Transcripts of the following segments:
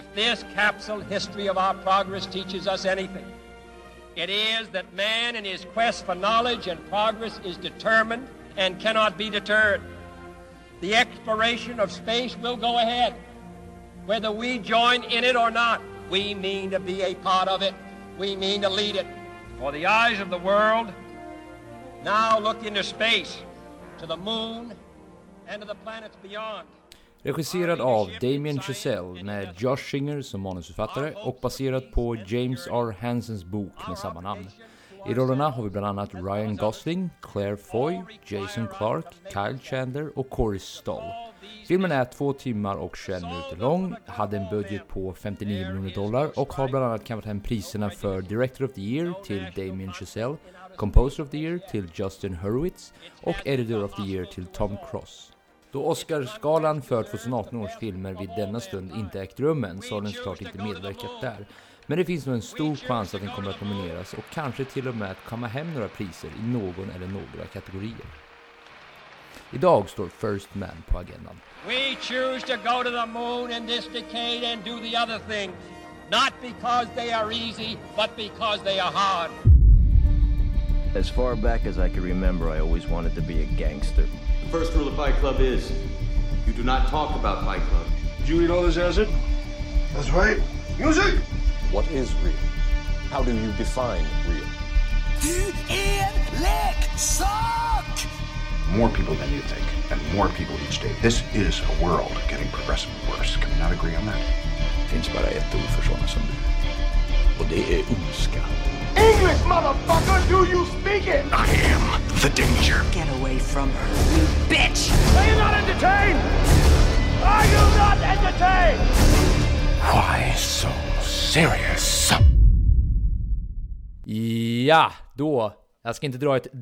If this capsule history of our progress teaches us anything, it is that man in his quest for knowledge and progress is determined and cannot be deterred. The exploration of space will go ahead. Whether we join in it or not, we mean to be a part of it. We mean to lead it. For the eyes of the world now look into space, to the moon and to the planets beyond. Regisserad av Damien Chazelle med Josh Singer som manusförfattare och baserad på James R. Hansens bok med samma namn. I rollerna har vi bland annat Ryan Gosling, Claire Foy, Jason Clarke, Kyle Chandler och Corey Stoll. Filmen är 2 timmar och 21 minuter lång, hade en budget på $59 miljoner och har bland annat kammat hem priserna för Director of the Year till Damien Chazelle, Composer of the Year till Justin Hurwitz och Editor of the Year till Tom Cross. Då Oscarsgalan för 2018 års filmer vid denna stund inte ägt rum än så har den såklart inte medverkat där. Men det finns nog en stor chans att den kommer att nomineras och kanske till och med att komma hem några priser i någon eller några kategorier. Idag står First Man på agendan. We choose to go to the moon in this decade and do the other things, not because they are easy, but because they are hard. As far back as I can remember, I always wanted to be a gangster. The first rule of Fight Club is, you do not talk about Fight Club. Did you eat all this acid? That's right. Music! What is real? How do you define real? Du är leksak! More people than you think, and more people each day. This is a world getting progressively worse. Can we not agree on that? Det finns bara ett ord för sådana som du. Och det är ondska. English, motherfucker! Do you speak it? I am the danger. Get away from her, you bitch! Are you not entertained? Are you not entertained? Why so serious? Ja, då. Jag ska inte dra ett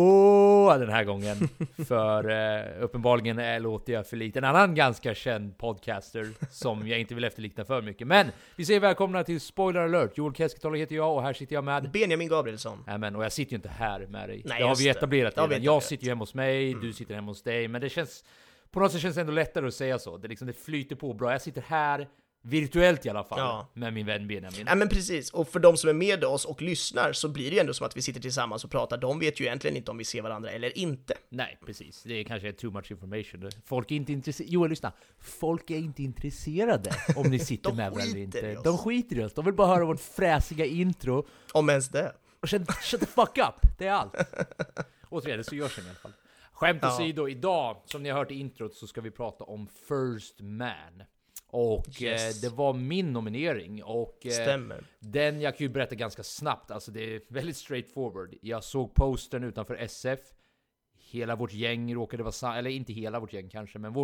då den här gången. För uppenbarligen låter jag för lite. En annan ganska känd podcaster som jag inte vill efterlikna för mycket. Men vi säger välkomna till Spoiler Alert. Joel Keskitalo heter jag och här sitter jag med Benjamin Gabrielsson. Amen, och jag sitter ju inte här med dig. Nej, det har vi etablerat redan. Jag sitter ju hemma hos mig, du sitter hemma hos dig. Men det känns, på något sätt känns det ändå lättare att säga så. Det flyter på bra. Jag sitter här virtuellt i alla fall, med min vän Benjamin. Ja, men precis. Och för de som är med oss och lyssnar så blir det ju ändå som att vi sitter tillsammans och pratar. De vet ju egentligen inte om vi ser varandra eller inte. Nej, precis. Det är kanske too much information. Folk är inte intresserade. Joel, lyssna. Folk är inte intresserade om ni sitter med varandra eller inte. De skiter i oss. De vill bara höra vårt fräsiga intro. Om ens det. Och shut the fuck up. Det är allt. Återigen, så görs det i alla fall. Skämt åsido, idag, som ni har hört i introt, så ska vi prata om First Man. Och det var min nominering. Och stämmer. Den jag kan ju berätta ganska snabbt. Alltså det är väldigt straightforward. Jag såg postern utanför SF. Hela vårt gäng råkade vara eller inte hela vårt gäng kanske, men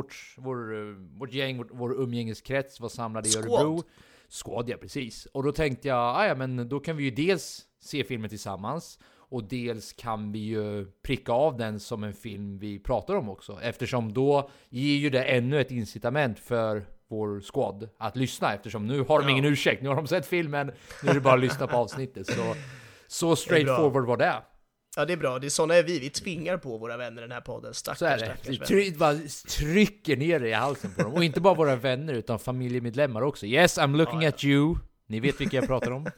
vårt gäng, vår umgängeskrets var samlade i Örebro. Squad, ja, precis. Och då tänkte jag, men då kan vi ju dels se filmen tillsammans. Och dels kan vi ju pricka av den som en film vi pratar om också. Eftersom då ger ju det ännu ett incitament för vår squad att lyssna. Eftersom nu har de ingen ursäkt. Nu har de sett filmen. Nu är det bara att lyssna på avsnittet. Så straightforward var det. Ja, det är bra. Det är såna är vi. Vi tvingar på våra vänner den här podden. Stackars bara trycker ner det i halsen på dem. Och inte bara våra vänner utan familjemedlemmar också. Yes, I'm looking at you. Ni vet vilka jag pratar om.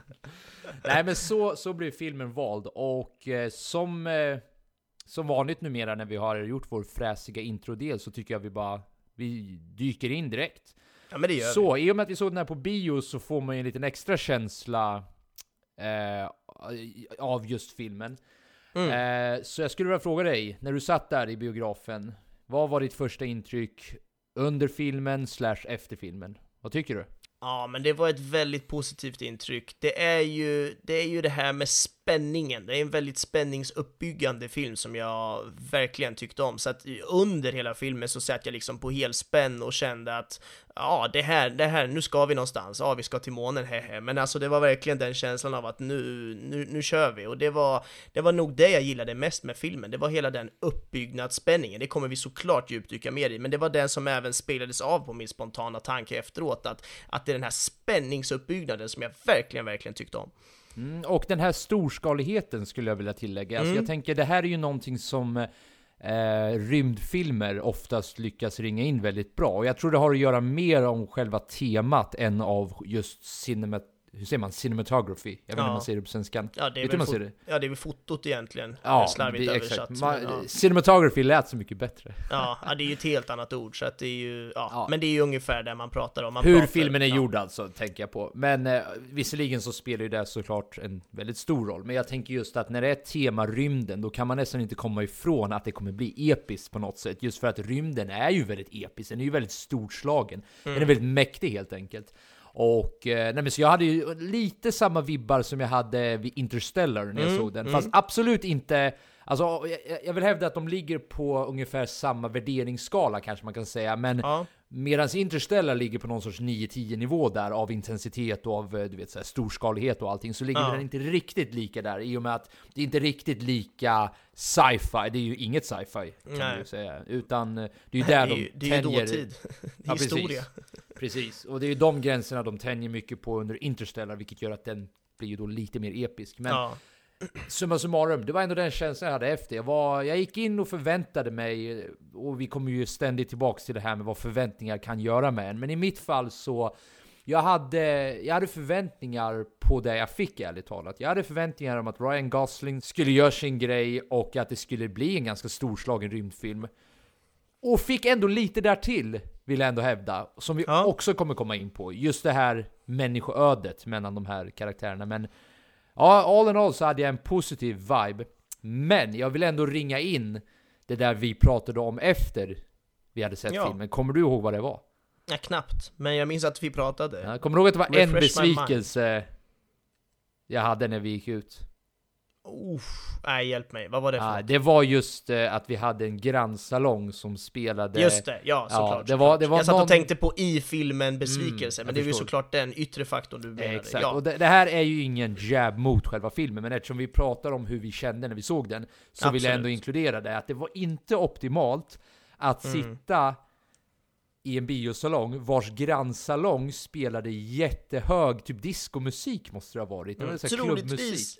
Nej, men så blir filmen vald. Och som vanligt numera när vi har gjort vår fräsiga introdel så tycker jag vi dyker in direkt. Ja, men det gör så, i och med att vi såg den här på bio så får man ju en liten extra känsla av just filmen. Så jag skulle vilja fråga dig, när du satt där i biografen, vad var ditt första intryck under filmen / efter filmen? Vad tycker du? Ja, men det var ett väldigt positivt intryck. Det är ju det här med spänningen. Det är en väldigt spänningsuppbyggande film som jag verkligen tyckte om. Så att under hela filmen så satt jag liksom på helspänn och kände att det här, nu ska vi någonstans. Vi ska till månen, hehe. Men alltså det var verkligen den känslan av att nu kör vi. Och det var nog det jag gillade mest med filmen. Det var hela den uppbyggnadsspänningen. Det kommer vi såklart djupdyka mer i. Men det var den som även spelades av på min spontana tanke efteråt. Att det är den här spänningsuppbyggnaden som jag verkligen tyckte om. Och den här storskaligheten skulle jag vilja tillägga. Alltså jag tänker, det här är ju någonting som rymdfilmer oftast lyckas ringa in väldigt bra. Och jag tror det har att göra mer om själva temat än av just cinematography. Jag vet inte hur man säger det på svenskan. Ja, det är väl fotot egentligen. Ja, slarvigt översatt. Cinematography lät så mycket bättre. Ja, det är ju ett helt annat ord, så att det är ju, men det är ju ungefär det man pratar om. Hur filmen är gjord alltså, tänker jag på. Men visserligen så spelar ju det såklart en väldigt stor roll. Men jag tänker just att när det är tema rymden, då kan man nästan inte komma ifrån att det kommer bli episkt på något sätt. Just för att rymden är ju väldigt episk. Den är ju väldigt storslagen. Den är väldigt mäktig helt enkelt. Och så jag hade ju lite samma vibbar som jag hade vid Interstellar när jag såg den. Fast absolut inte. Alltså jag vill hävda att de ligger på ungefär samma värderingsskala kanske man kan säga. Men medan Interstellar ligger på någon sorts 9-10 nivå där av intensitet och av så här, storskalighet och allting, så ligger den inte riktigt lika där, i och med att det är inte riktigt lika sci-fi. Det är ju inget sci-fi kan man ju säga. Utan det är ju där det är ju dåtid. Det är historia. Precis. Och det är ju de gränserna de tänjer mycket på under Interstellar, vilket gör att den blir ju då lite mer episk. Men summa summarum, det var ändå den känslan jag hade efter. Jag gick in och förväntade mig, och vi kommer ju ständigt tillbaka till det här med vad förväntningar kan göra med en. Men i mitt fall så jag hade förväntningar på det jag fick, ärligt talat. Jag hade förväntningar om att Ryan Gosling skulle göra sin grej och att det skulle bli en ganska storslagen rymdfilm. Och fick ändå lite där till, vill jag ändå hävda, som vi också kommer komma in på. Just det här människoödet mellan de här karaktärerna. Men all in all så hade jag en positiv vibe. Men jag vill ändå ringa in det där vi pratade om efter vi hade sett filmen. Kommer du ihåg vad det var? Ja, knappt. Men jag minns att vi pratade. Jag kommer ihåg att det var en besvikelse jag hade när vi gick ut. Nej, hjälp mig. Vad var det för? Det var just att vi hade en grannsalong som spelade. Just det, såklart. Det var jag satt och tänkte på i filmen besvikelse, men det är ju såklart den yttre faktorn du menade. Exakt, och det här är ju ingen jab mot själva filmen, men eftersom vi pratar om hur vi kände när vi såg den, så vill jag ändå inkludera det, att det var inte optimalt att sitta i en biosalong vars grannsalong spelade jättehög typ diskomusik, måste det ha varit. Det var så troligtvis.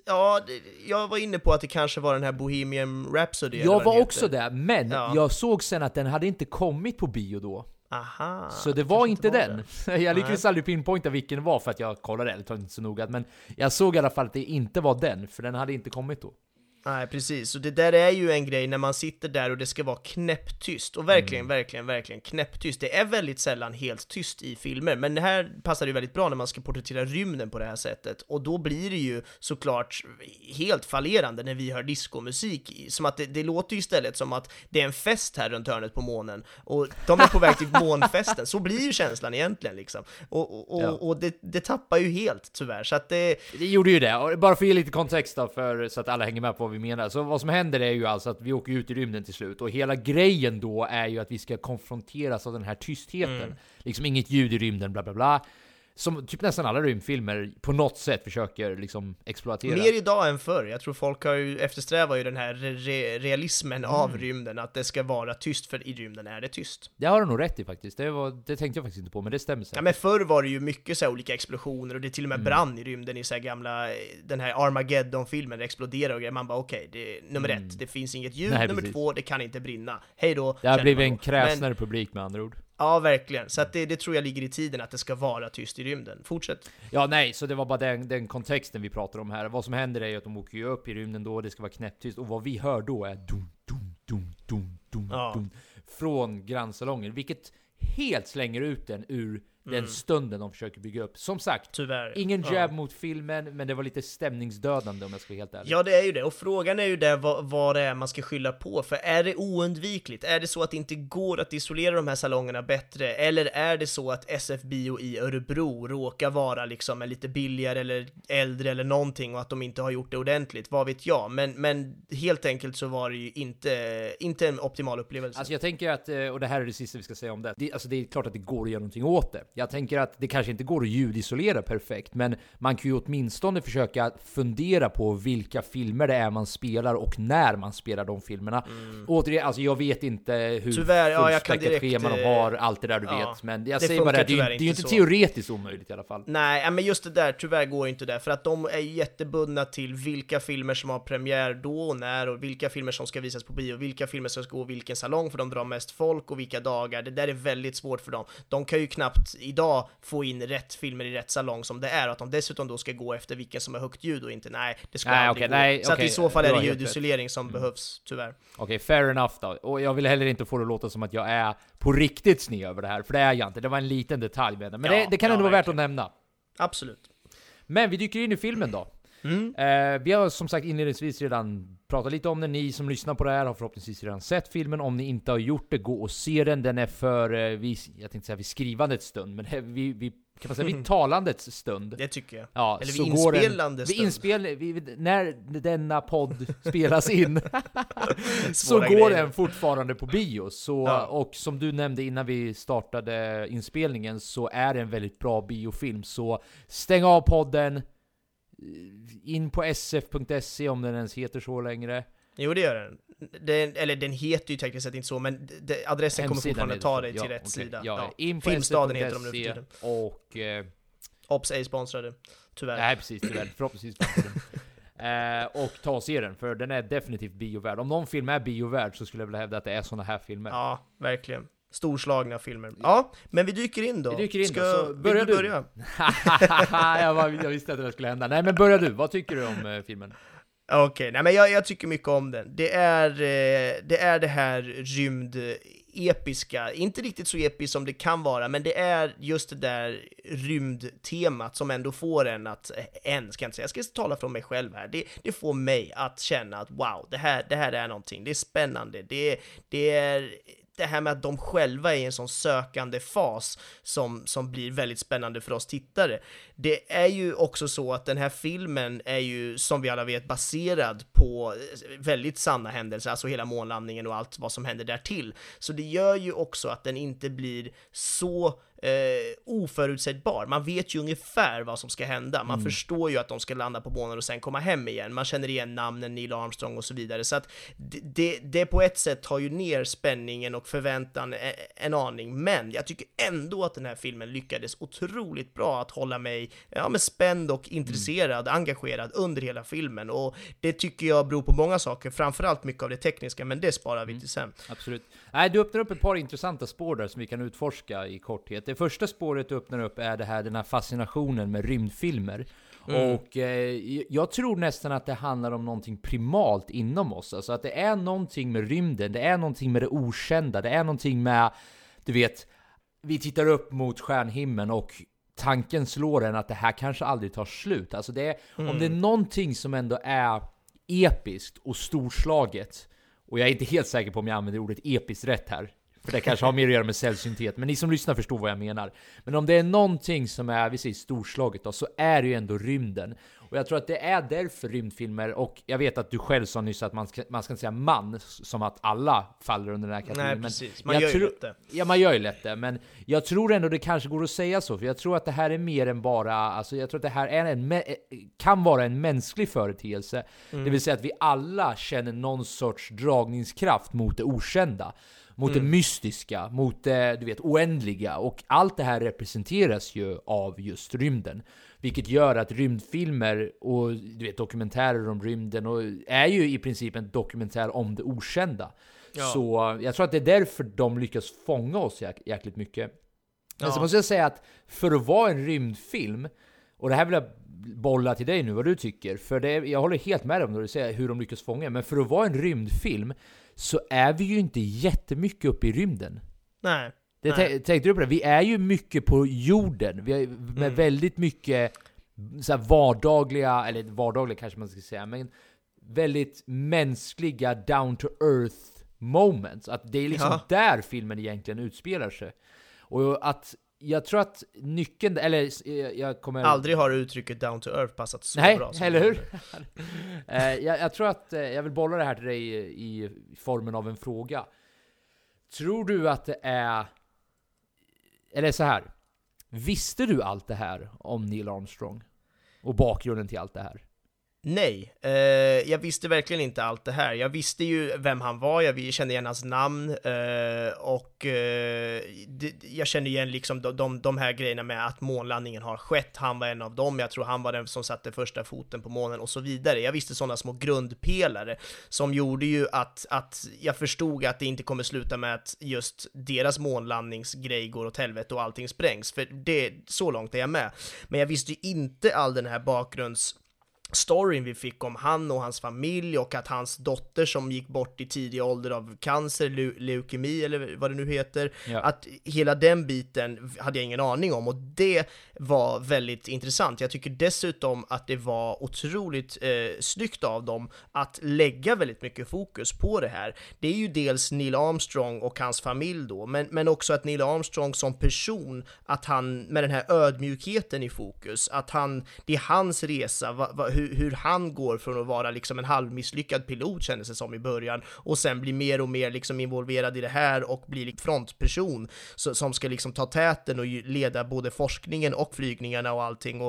Jag var inne på att det kanske var den här Bohemian Rhapsody. Jag var också där, men jag såg sen att den hade inte kommit på bio då. Aha, så det var inte den. Jag lyckades aldrig pinpointa vilken det var, för att jag kollade det, inte så noga. Men jag såg i alla fall att det inte var den, för den hade inte kommit då. Nej, precis. Och det där är ju en grej när man sitter där och det ska vara knäpptyst. Och verkligen knäpptyst. Det är väldigt sällan helt tyst i filmer. Men det här passar ju väldigt bra när man ska porträttera rymden på det här sättet. Och då blir det ju såklart helt fallerande när vi hör diskomusik. Som att det låter ju istället som att det är en fest här runt hörnet på månen. Och de är på väg till månfesten. Så blir ju känslan egentligen liksom. Och det tappar ju helt tyvärr. Så att det gjorde ju det. Och bara för att ge lite kontext då, så att alla hänger med på vi menar. Så vad som händer är ju alltså att vi åker ut i rymden till slut, och hela grejen då är ju att vi ska konfronteras av den här tystheten. Liksom inget ljud i rymden, bla bla bla. Som typ nästan alla rymdfilmer på något sätt försöker liksom exploatera. Mer idag än förr. Jag tror folk har ju eftersträvar ju den här realismen av rymden, att det ska vara tyst, för i rymden är det tyst. Det har du nog rätt i faktiskt. Det tänkte jag faktiskt inte på, men det stämmer säkert. Ja, men förr var det ju mycket så här olika explosioner, och det till och med brann i rymden i så här gamla, den här Armageddon-filmen, det exploderar och grejer. Man bara okej, det är nummer 1, det finns inget ljud. Nej, nummer 2, det kan inte brinna. Hej då. Det har blivit en kräsnare publik med andra ord. Ja, verkligen. Så att det tror jag ligger i tiden, att det ska vara tyst i rymden. Fortsätt. Ja, nej, så det var bara den kontexten vi pratar om här. Vad som händer är ju att de åker ju upp i rymden då, det ska vara knäpptyst, och vad vi hör då är dum, dum, dum, dum, dum, dum, från grannsalongen, vilket helt slänger ut den ur den stunden de försöker bygga upp. Som sagt, tyvärr. Ingen jab mot filmen, men det var lite stämningsdödande om jag ska vara helt ärlig. Ja, det är ju det. Och frågan är ju där vad det är man ska skylla på. För är det oundvikligt? Är det så att det inte går att isolera de här salongerna bättre? Eller är det så att SF Bio i Örebro råkar vara liksom en lite billigare eller äldre eller någonting, och att de inte har gjort det ordentligt? Vad vet jag? Men helt enkelt så var det ju inte en optimal upplevelse. Alltså jag tänker att, och det här är det sista vi ska säga om det. Alltså det är klart att det går att göra någonting åt det. Jag tänker att det kanske inte går att ljudisolera perfekt, men man kan ju åtminstone försöka fundera på vilka filmer det är man spelar och när man spelar de filmerna. Återigen, alltså jag vet inte hur fullspäckat schema de har, allt det där du vet, men jag säger bara det är ju inte teoretiskt omöjligt i alla fall. Nej, men just det där tyvärr går inte där, för att de är jättebundna till vilka filmer som har premiär då och när, och vilka filmer som ska visas på bio, vilka filmer som ska gå vilken salong för de drar mest folk och vilka dagar. Det där är väldigt svårt för dem. De kan ju knappt idag få in rätt filmer i rätt salong som det är, och att de dessutom då ska gå efter vilken som är högt ljud och inte, nej, det ska aldrig gå. Så att i så fall är det ljudisolering som behövs, tyvärr. Okej, fair enough då. Och jag vill heller inte få det att låta som att jag är på riktigt sned över det här, för det är jag inte. Det var en liten detalj med det. Men det kan ändå vara värt att nämna. Absolut. Men vi dyker in i filmen då. Vi har som sagt inledningsvis redan pratat lite om den. Ni som lyssnar på det här har förhoppningsvis redan sett filmen. Om ni inte har gjort det, gå och se den. Den är för, jag tänkte säga vid skrivandets stund, men vi kan man säga vid talandets stund. Det tycker jag. Ja, eller så vid inspelande stund. När denna podd spelas in så går den fortfarande på bio. Så, och som du nämnde innan vi startade inspelningen, så är det en väldigt bra biofilm. Så stäng av podden, in på sf.se om den ens heter så längre. Jo, det gör den. Den heter ju tekniskt sett inte så, men adressen kommer fortfarande ta dig till rätt sida. In på Filmstaden heter de nu för tiden. Och Ops är sponsrade, tyvärr. Nej, precis, tyvärr. Förhoppningsvis och ta och se den, för den är definitivt biovärd. Om någon film är biovärd så skulle jag vilja hävda att det är såna här filmer. Ja, verkligen. Storslagna filmer. Ja, men vi dyker in då. Så börjar du? Börja? jag visste att det skulle hända. Nej, men börja du. Vad tycker du om filmen? Okej, nej men jag tycker mycket om den. Det är det här rymdepiska, inte riktigt så episkt som det kan vara, men det är just det där rymdtemat som ändå får en att, jag ska tala från mig själv här, det får mig att känna att wow, det här är någonting, det är spännande, det är det här med att de själva är i en sån sökande fas som blir väldigt spännande för oss tittare. Det är ju också så att den här filmen är ju, som vi alla vet, baserad på väldigt sanna händelser, alltså hela månlandningen och allt vad som händer där till. Så det gör ju också att den inte blir så oförutsägbar. Man vet ju ungefär vad som ska hända. Man förstår ju att de ska landa på månen och sen komma hem igen. Man känner igen namnen, Neil Armstrong och så vidare. Så att det på ett sätt tar ju ner spänningen och förväntan en aning. Men jag tycker ändå att den här filmen lyckades otroligt bra att hålla mig spänd och intresserad, engagerad under hela filmen. Och det tycker jag beror på många saker. Framförallt mycket av det tekniska, men det sparar vi till sen. Absolut. Nej, du öppnar upp ett par intressanta spår där som vi kan utforska i korthet. Det första spåret du öppnar upp är den här fascinationen med rymdfilmer. Och jag tror nästan att det handlar om någonting primalt inom oss. Alltså att det är någonting med rymden, det är någonting med det okända, det är någonting med, du vet, vi tittar upp mot stjärnhimlen och tanken slår en att det här kanske aldrig tar slut. Alltså det är, om det är någonting som ändå är episkt och storslaget, och jag är inte helt säker på om jag använder ordet episkt rätt här, för det kanske har mer att göra med sällsynthet, men ni som lyssnar förstår vad jag menar. Men om det är någonting som är, vi säger, storslaget då, så är det ju ändå rymden. Och jag tror att det är därför rymdfilmer, och jag vet att du själv sa nyss att man ska inte säga man, som att alla faller under den här kategorin. Nej, precis. Man gör ju lätt det. Ja, man gör ju lätt det, men jag tror ändå det kanske går att säga så, för jag tror att det här är mer än bara, alltså jag tror att det här är kan vara en mänsklig företeelse. Det vill säga att vi alla känner någon sorts dragningskraft mot det okända, mot det mystiska, mot det, du vet, oändliga, och allt det här representeras ju av just rymden, vilket gör att rymdfilmer och, du vet, dokumentärer om rymden och är ju i princip en dokumentär om det okända. Så jag tror att det är därför de lyckas fånga oss jäkligt mycket. Men så måste jag säga att för att vara en rymdfilm, och det här vill jag bolla till dig nu vad du tycker, för jag håller helt med dig om när du säger hur de lyckas fånga, men för att vara en rymdfilm så är vi ju inte jättemycket uppe i rymden. Nej. Tänkte du på det? Vi är ju mycket på jorden. Vi är med väldigt mycket så här vardagliga kanske man ska säga, men väldigt mänskliga down to earth moments. Att det är liksom där filmen egentligen utspelar sig. Och att jag tror att nyckeln, eller jag kommer... Aldrig har uttrycket down to earth passat så bra. Nej, eller hur? Jag tror att jag vill bolla det här till dig i formen av en fråga. Tror du att det är... Eller så här. Visste du allt det här om Neil Armstrong? Och bakgrunden till allt det här? Nej, jag visste verkligen inte allt det här. Jag visste ju vem han var, jag kände igen hans namn och jag kände igen liksom de här grejerna med att månlandningen har skett. Han var en av dem, jag tror han var den som satte första foten på månen och så vidare. Jag visste sådana små grundpelare som gjorde ju att jag förstod att det inte kommer sluta med att just deras månlandningsgrej går åt helvete och allting sprängs, för så långt är jag med. Men jag visste ju inte all den här storyn vi fick om han och hans familj och att hans dotter som gick bort i tidig ålder av cancer, leukemi eller vad det nu heter, att hela den biten hade jag ingen aning om, och det var väldigt intressant. Jag tycker dessutom att det var otroligt snyggt av dem att lägga väldigt mycket fokus på det här. Det är ju dels Neil Armstrong och hans familj då, men också att Neil Armstrong som person, att han med den här ödmjukheten i fokus, att det är hans resa, hur han går från att vara liksom en halvmisslyckad pilot, kändes det som i början, och sen blir mer och mer liksom involverad i det här och blir frontperson som ska liksom ta täten och leda både forskningen och flygningarna och allting,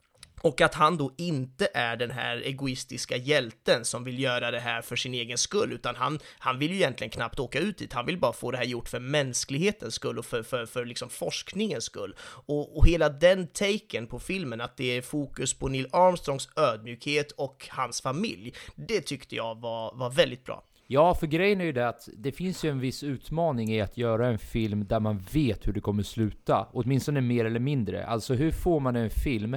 och att han då inte är den här egoistiska hjälten som vill göra det här för sin egen skull, utan han vill ju egentligen knappt åka ut dit, han vill bara få det här gjort för mänsklighetens skull och för liksom forskningens skull. Och hela den taken på filmen, att det är fokus på Neil Armstrongs ödmjukhet och hans familj, det tyckte jag var väldigt bra. Ja, för grejen är ju det att det finns ju en viss utmaning i att göra en film där man vet hur det kommer sluta, åtminstone mer eller mindre. Alltså hur får man en film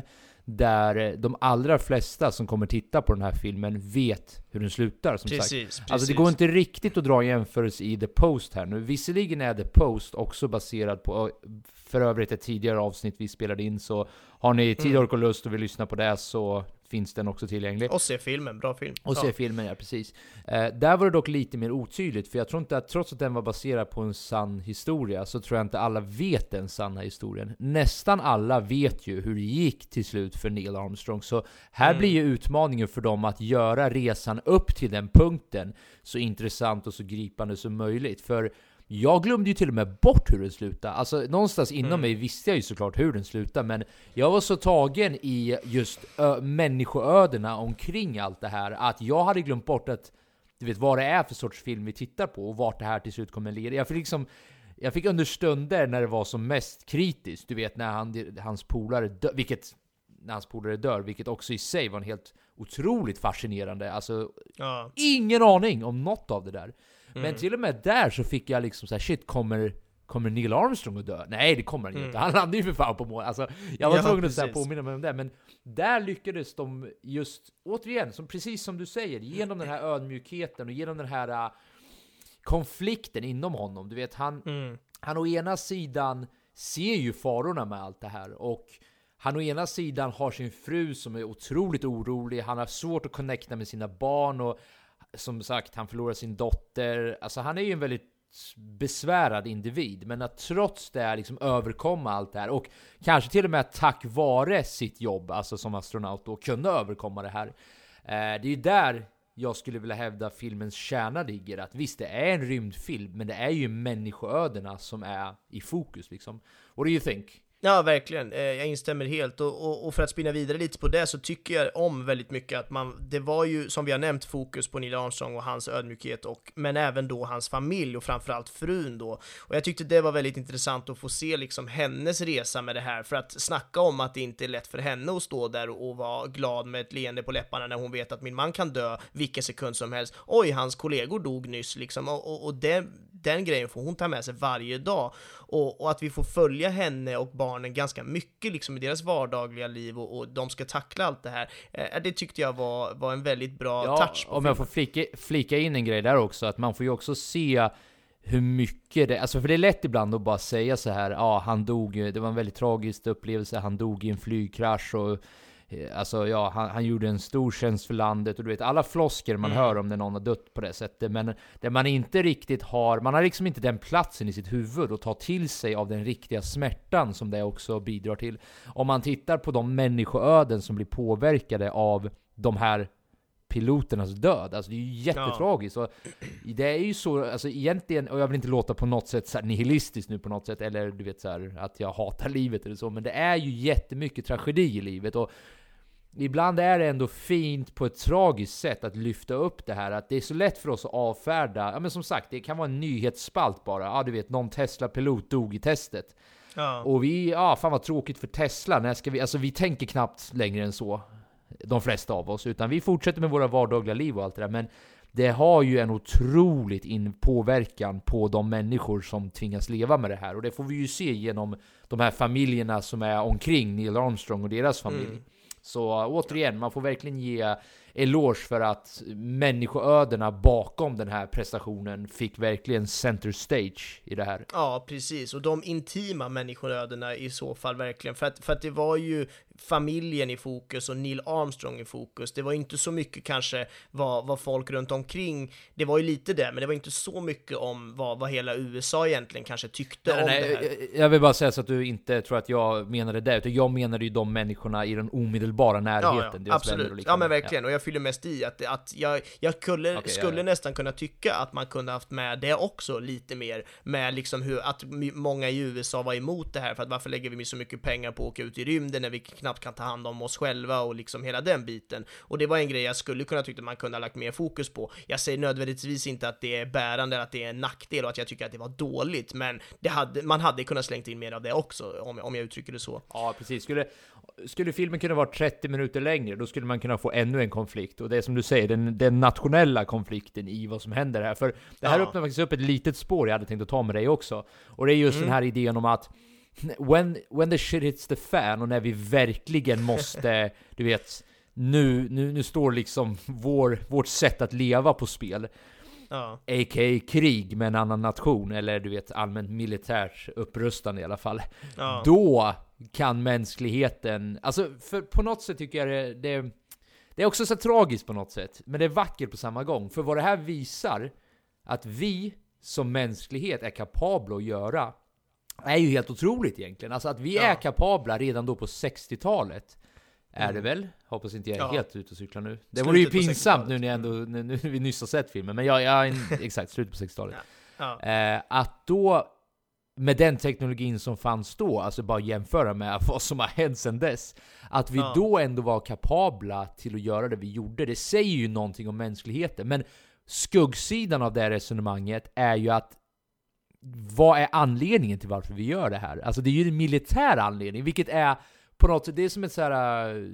där de allra flesta som kommer titta på den här filmen vet hur den slutar, som sagt. Alltså det går inte riktigt att dra jämförelse i The Post här nu. Visserligen är The Post också baserad på, för övrigt ett tidigare avsnitt vi spelade in, så har ni tid, ork och lust och vill lyssna på det så finns den också tillgänglig. Och se filmen, bra film. Och se filmen, ja precis. Där var det dock lite mer otydligt, för jag tror inte att, trots att den var baserad på en sann historia, så tror jag inte alla vet den sanna historien. Nästan alla vet ju hur det gick till slut för Neil Armstrong, så här blir ju utmaningen för dem att göra resan upp till den punkten så intressant och så gripande som möjligt. För jag glömde ju till och med bort hur den slutade. Alltså någonstans inom mig visste jag ju såklart hur den slutade, men jag var så tagen i just människoödena omkring allt det här att jag hade glömt bort att, du vet, vad det är för sorts film vi tittar på och vart det här till slut kommer leda. Jag fick understunder när det var som mest kritiskt, du vet, när hans polare dör, vilket också i sig var en helt otroligt fascinerande. Alltså ingen aning om något av det där. Men till och med där så fick jag liksom så här, shit, kommer Neil Armstrong att dö? Nej, det kommer han inte. Han landade ju för fan på mål. Alltså, jag var tvungen att så här påminna mig om det. Men där lyckades de just, återigen, precis som du säger, genom den här ödmjukheten och genom den här konflikten inom honom. Du vet, han å ena sidan ser ju farorna med allt det här, och han å ena sidan har sin fru som är otroligt orolig. Han har svårt att connecta med sina barn, och som sagt, han förlorar sin dotter. Alltså han är ju en väldigt besvärad individ, men att trots det liksom överkomma allt det här, och kanske till och med tack vare sitt jobb, alltså som astronaut, då kunna överkomma det här. Det är ju där jag skulle vilja hävda filmens kärna ligger, att visst, det är en rymdfilm, men det är ju människoödena som är i fokus liksom. What do you think? Ja, verkligen. Jag instämmer helt. Och för att spinna vidare lite på det, så tycker jag om väldigt mycket att det var ju, som vi har nämnt, fokus på Neil Armstrong och hans ödmjukhet, men även då hans familj och framförallt frun då. Och jag tyckte det var väldigt intressant att få se liksom hennes resa med det här, för att snacka om att det inte är lätt för henne att stå där och vara glad med ett leende på läpparna när hon vet att min man kan dö vilken sekund som helst. Oj, hans kollegor dog nyss liksom, och den grejen får hon ta med sig varje dag, och att vi får följa henne och barnen ganska mycket liksom i deras vardagliga liv, och de ska tackla allt det här. Det tyckte jag var en väldigt bra touch på om jag får flika in en grej där också, att man får ju också se hur mycket det, alltså för det är lätt ibland att bara säga så här, han dog, det var en väldigt tragisk upplevelse, han dog i en flygkrasch, och alltså han gjorde en stor tjänst för landet, och du vet alla flosker man hör om när någon har dött på det sättet, men det man inte riktigt man har liksom inte den platsen i sitt huvud att ta till sig av den riktiga smärtan som det också bidrar till. Om man tittar på de människoöden som blir påverkade av de här piloternas död. Alltså det är ju jättetragiskt. Och det är ju så, alltså egentligen, och jag vill inte låta på något sätt så här nihilistiskt nu på något sätt, eller du vet så här, att jag hatar livet eller så, men det är ju jättemycket tragedi i livet, och ibland är det ändå fint på ett tragiskt sätt att lyfta upp det här, att det är så lätt för oss att avfärda. Ja, men som sagt, det kan vara en nyhetsspalt bara. Ja, du vet, någon Tesla-pilot dog i testet. Ja. Och fan vad tråkigt för Tesla. När ska vi, alltså vi tänker knappt längre än så, de flesta av oss, utan vi fortsätter med våra vardagliga liv och allt det där. Men det har ju en otroligt påverkan på de människor som tvingas leva med det här. Och det får vi ju se genom de här familjerna som är omkring Neil Armstrong och deras familj. Så återigen, man får verkligen ge eloge för att människoödena bakom den här prestationen fick verkligen center stage i det här. Ja, precis. Och de intima människoödena i så fall verkligen. För att det var ju familjen i fokus och Neil Armstrong i fokus. Det var inte så mycket kanske vad folk runt omkring, det var ju lite det, men det var inte så mycket om vad hela USA egentligen kanske tyckte om det här. Jag vill bara säga så att du inte tror att jag menade det, utan jag menade ju de människorna i den omedelbara närheten. Ja, absolut. Ja, men verkligen. Och jag fyller mest i att jag skulle nästan kunna tycka att man kunde haft med det också lite mer, med liksom hur att många i USA var emot det här, för att varför lägger vi så mycket pengar på att åka ut i rymden när vi knappt kan ta hand om oss själva och liksom hela den biten. Och det var en grej jag skulle kunna tycka att man kunde ha lagt mer fokus på. Jag säger nödvändigtvis inte att det är bärande, att det är en nackdel och att jag tycker att det var dåligt, men man hade kunnat slängt in mer av det också, om jag uttrycker det så. Ja, precis. Skulle filmen kunna vara 30 minuter längre, då skulle man kunna få ännu en konflikt. Och det är som du säger, den nationella konflikten i vad som händer här. För det här öppnar faktiskt upp ett litet spår jag hade tänkt att ta med dig också. Och det är just den här idén om att when the shit hits the fan, och när vi verkligen måste, du vet, nu står liksom vårt sätt att leva på spel. A.k.a. krig med en annan nation, eller du vet, allmänt militärt upprustande i alla fall. Då kan mänskligheten, alltså för på något sätt tycker jag det är också så tragiskt på något sätt, men det är vackert på samma gång. För vad det här visar att vi som mänsklighet är kapabla att göra är ju helt otroligt egentligen. Alltså att vi är kapabla redan då på 60-talet. Är det väl? Hoppas inte jag är helt ute och cyklar nu. Det vore ju pinsamt nu när vi nyss har sett filmen. Men exakt, slutet på 60-talet. Att då, med den teknologin som fanns då, alltså bara jämföra med vad som har hänt sedan dess, att vi då ändå var kapabla till att göra det vi gjorde, det säger ju någonting om mänskligheten. Men skuggsidan av det här resonemanget är ju att vad är anledningen till varför vi gör det här? Alltså det är ju en militär anledning, vilket är på något sätt, det är som ett såhär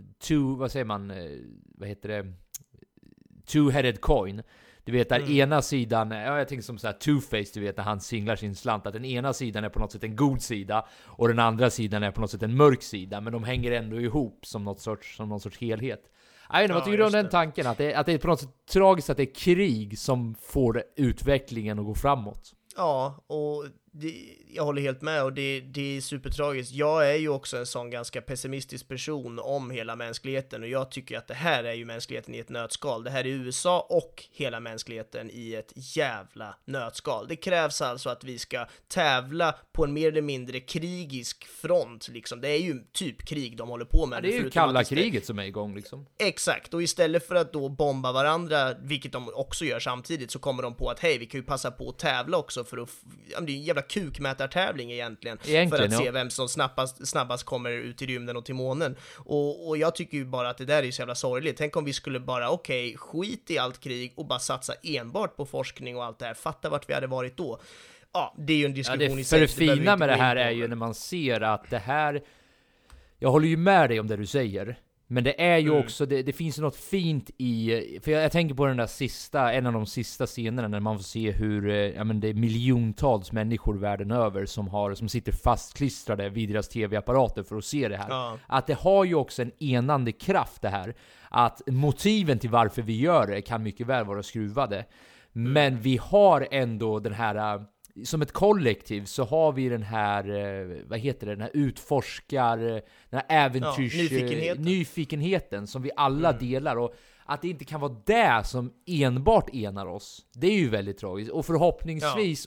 two-headed coin. Du vet, där ena sidan, jag tänker som såhär Two-Face, du vet, när han singlar sin slant, att den ena sidan är på något sätt en god sida och den andra sidan är på något sätt en mörk sida, men de hänger ändå ihop som någon sorts helhet. Jag vet inte, vad tycker du om den tanken? Att det är på något sätt tragiskt att det är krig som får utvecklingen att gå framåt? Ja, och jag håller helt med, och det är supertragiskt. Jag är ju också en sån ganska pessimistisk person om hela mänskligheten, och jag tycker att det här är ju mänskligheten i ett nötskal. Det här är USA och hela mänskligheten i ett jävla nötskal. Det krävs alltså att vi ska tävla på en mer eller mindre krigisk front liksom. Det är ju typ krig de håller på med. Ja, det är ju kalla kriget som är igång liksom. Exakt, och istället för att då bomba varandra, vilket de också gör samtidigt, så kommer de på att hej, vi kan ju passa på att tävla också för att det är en jävla kukmätartävling egentligen för att se vem som snabbast kommer ut i rymden och till månen. Och jag tycker ju bara att det där är så jävla sorgligt. Tänk om vi skulle bara, skit i allt krig och bara satsa enbart på forskning och allt det här. Fatta vart vi hade varit då. Ja, det är ju en diskussion i sig. För det fina med det här är ju när man ser att det här, jag håller ju med dig om det du säger, men det är ju också, det finns ju något fint i, för jag tänker på den där en av de sista scenerna när man får se hur det är miljontals människor världen över som sitter fastklistrade vid deras tv-apparater för att se det här. Att det har ju också en enande kraft det här. Att motiven till varför vi gör det kan mycket väl vara skruvade. Men vi har ändå den här, som ett kollektiv så har vi den här, den här den här nyfikenheten som vi alla delar, och att det inte kan vara det som enbart enar oss, det är ju väldigt tragiskt. Och förhoppningsvis, och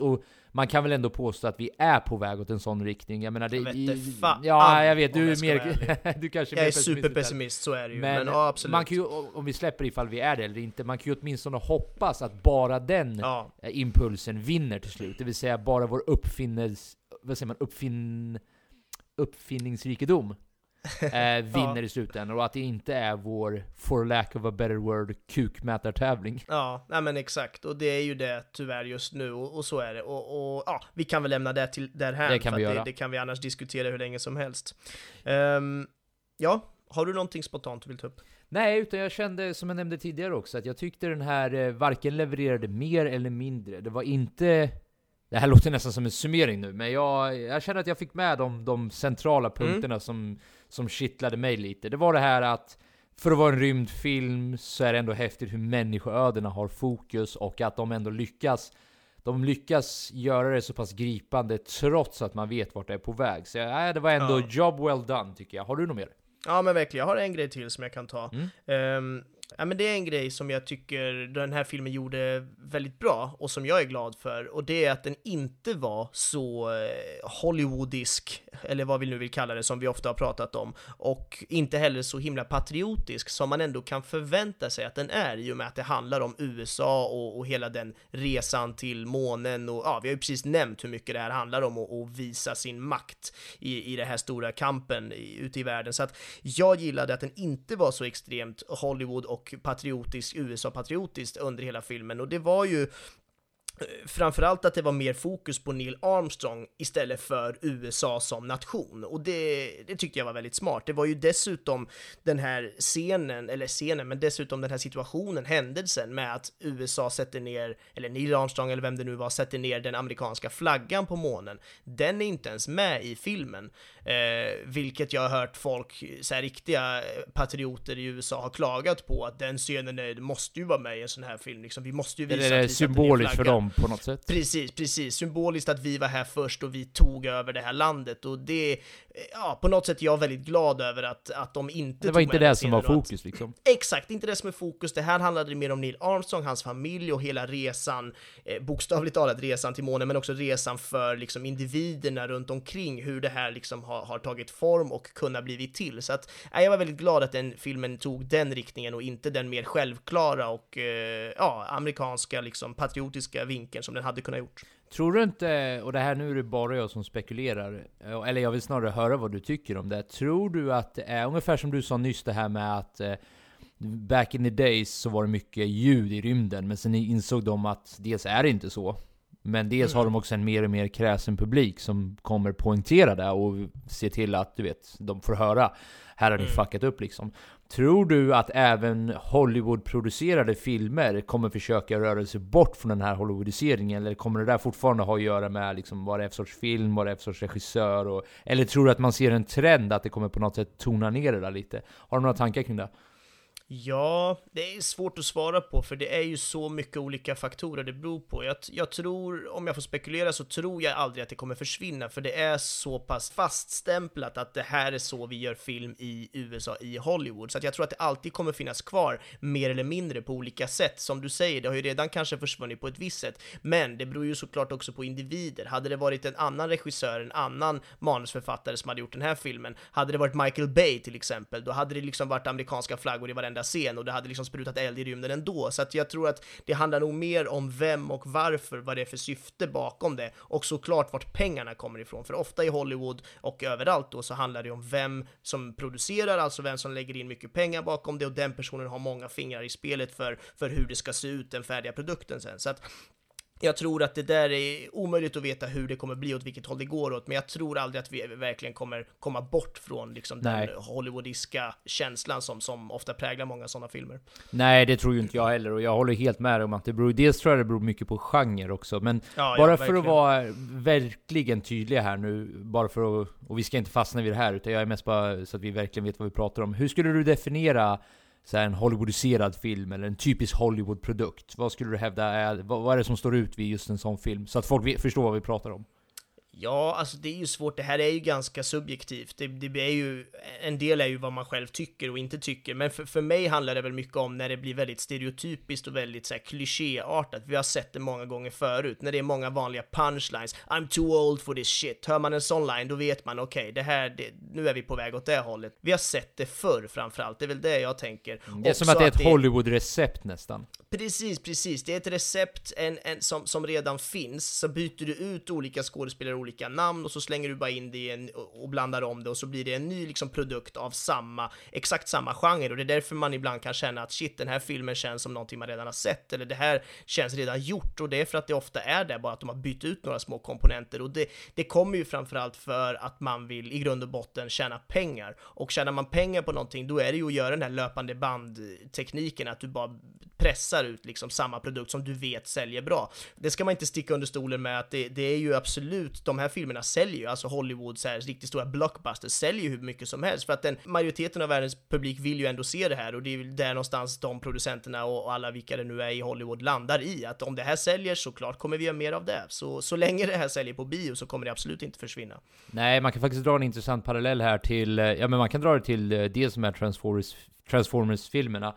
man kan väl ändå påstå att vi är på väg åt en sån riktning. Jag menar, jag vet, du är mer du kanske jag är superpessimist, så är det ju. Men ja, absolut. Man kan ju, om vi släpper ifall vi är det eller inte, man kan ju åtminstone hoppas att bara den impulsen vinner till slut. Det vill säga bara vår uppfinningsrikedom vinner i slutändan, och att det inte är vår, for lack of a better word, kukmätartävling. Ja, nej men exakt, och det är ju det tyvärr just nu, och så är det, och ja, vi kan väl lämna det till därhän, det kan vi göra. Det kan vi annars diskutera hur länge som helst. Ja, har du någonting spontant du vill ta upp? Nej, utan jag kände, som jag nämnde tidigare också, att jag tyckte den här varken levererade mer eller mindre. Det var inte... Det här låter nästan som en summering nu, men jag känner att jag fick med de centrala punkterna som kittlade mig lite. Det var det här att för att vara en rymdfilm så är det ändå häftigt hur människoödena har fokus, och att de ändå lyckas göra det så pass gripande trots att man vet vart det är på väg. Så det var ändå job well done, tycker jag. Har du något mer? Ja, men verkligen. Jag har en grej till som jag kan ta. Ja, men det är en grej som jag tycker den här filmen gjorde väldigt bra, och som jag är glad för, och det är att den inte var så hollywoodisk, eller vad vi nu vill kalla det, som vi ofta har pratat om, och inte heller så himla patriotisk som man ändå kan förvänta sig att den är, i och med att det handlar om USA och hela den resan till månen, och ja, vi har ju precis nämnt hur mycket det här handlar om att visa sin makt i den här stora kampen ute i världen. Så att jag gillade att den inte var så extremt Hollywood och patriotisk, USA-patriotiskt under hela filmen, och det var ju framförallt att det var mer fokus på Neil Armstrong istället för USA som nation, och det tyckte jag var väldigt smart. Det var ju dessutom den här men dessutom den här situationen, händelsen med att USA sätter ner, eller Neil Armstrong eller vem det nu var, sätter ner den amerikanska flaggan på månen. Den är inte ens med i filmen, vilket jag har hört folk, så här riktiga patrioter i USA, har klagat på, att den scenen måste ju vara med i en sån här film, liksom. Vi måste ju visa det är symboliskt för dem på något sätt. Precis. Symboliskt att vi var här först och vi tog över det här landet, och det, ja, på något sätt är jag väldigt glad över att de inte... Det var inte det som var fokus, liksom. Exakt, inte det som är fokus. Det här handlade mer om Neil Armstrong, hans familj och hela resan, bokstavligt talat resan till månen, men också resan för liksom individerna runt omkring, hur det här liksom har tagit form och kunnat blivit till. Så att jag var väldigt glad att den filmen tog den riktningen och inte den mer självklara och amerikanska liksom patriotiska vinkeln som den hade kunnat gjort. Tror du inte, och det här nu är det bara jag som spekulerar, eller jag vill snarare höra vad du tycker om det. Tror du att det är ungefär som du sa nyss, det här med att back in the days så var det mycket ljud i rymden, men sen insåg de att dels är det inte så, men dels har de också en mer och mer kräsen publik som kommer poängtera det och se till att, du vet, de får höra, här har ni fuckat upp liksom. Tror du att även Hollywood-producerade filmer kommer försöka röra sig bort från den här Hollywoodiseringen, eller kommer det där fortfarande ha att göra med liksom vad det är för sorts film, vad det är för sorts regissör, eller tror du att man ser en trend att det kommer på något sätt tona ner det där lite? Har du några tankar kring det? Ja, det är svårt att svara på, för det är ju så mycket olika faktorer det beror på. Jag tror, om jag får spekulera, så tror jag aldrig att det kommer försvinna, för det är så pass faststämplat att det här är så vi gör film i USA, i Hollywood. Så att jag tror att det alltid kommer finnas kvar, mer eller mindre på olika sätt. Som du säger, det har ju redan kanske försvunnit på ett visst sätt, men det beror ju såklart också på individer. Hade det varit en annan regissör, en annan manusförfattare som hade gjort den här filmen, hade det varit Michael Bay till exempel, då hade det liksom varit amerikanska flaggor i varenda scen, och det hade liksom sprutat eld i rymden ändå. Så att jag tror att det handlar nog mer om vem och varför, vad det är för syfte bakom det, och såklart vart pengarna kommer ifrån. För ofta i Hollywood och överallt då så handlar det om vem som producerar, alltså vem som lägger in mycket pengar bakom det, och den personen har många fingrar i spelet för hur det ska se ut, den färdiga produkten sen. Så att jag tror att det där är omöjligt att veta hur det kommer bli, åt vilket håll det går åt, men jag tror aldrig att vi verkligen kommer komma bort från liksom den hollywoodiska känslan som ofta präglar många sådana filmer. Nej, det tror ju inte jag heller, och jag håller helt med om att det beror, dels tror jag det beror mycket på genre också, men bara för att vara verkligen tydliga här nu, bara för att, och vi ska inte fastna vid det här, utan jag är mest bara så att vi verkligen vet vad vi pratar om. Hur skulle du definiera så här en Hollywoodiserad film, eller en typisk Hollywood-produkt? Vad skulle du hävda är, vad är det som står ut vid just en sån film, så att folk förstår vad vi pratar om? Ja, alltså det är ju svårt, det här är ju ganska subjektivt. Det är ju, en del är ju vad man själv tycker och inte tycker, men för mig handlar det väl mycket om när det blir väldigt stereotypiskt och väldigt så här klichéartat. Vi har sett det många gånger förut, när det är många vanliga punchlines. I'm too old for this shit. Hör man en sån line, då vet man okej, nu är vi på väg åt det hållet. Vi har sett det förr framförallt, det är väl det jag tänker. Det är som att det är ett Hollywood-recept nästan. Precis. Det är ett recept som redan finns, så byter du ut olika skådespelare, olika namn, och så slänger du bara in det och blandar om det, och så blir det en ny liksom produkt av exakt samma genre. Och det är därför man ibland kan känna att shit, den här filmen känns som någonting man redan har sett, eller det här känns redan gjort. Och det är för att det ofta är det, bara att de har bytt ut några små komponenter. Och det kommer ju framförallt för att man vill i grund och botten tjäna pengar. Och tjänar man pengar på någonting, då är det ju att göra den här löpande bandtekniken, att du bara pressar ut liksom samma produkt som du vet säljer bra. Det ska man inte sticka under stolen med, att det är ju absolut, de här filmerna säljer ju, alltså Hollywood så här riktigt stora blockbusters säljer ju hur mycket som helst, för att majoriteten av världens publik vill ju ändå se det här, och det är ju där någonstans de producenterna och alla vilka det nu är i Hollywood landar i, att om det här säljer, så klart kommer vi göra mer av det. Så länge det här säljer på bio, så kommer det absolut inte försvinna. Nej, man kan faktiskt dra en intressant parallell här till, ja men man kan dra det till det som är Transformers-filmerna.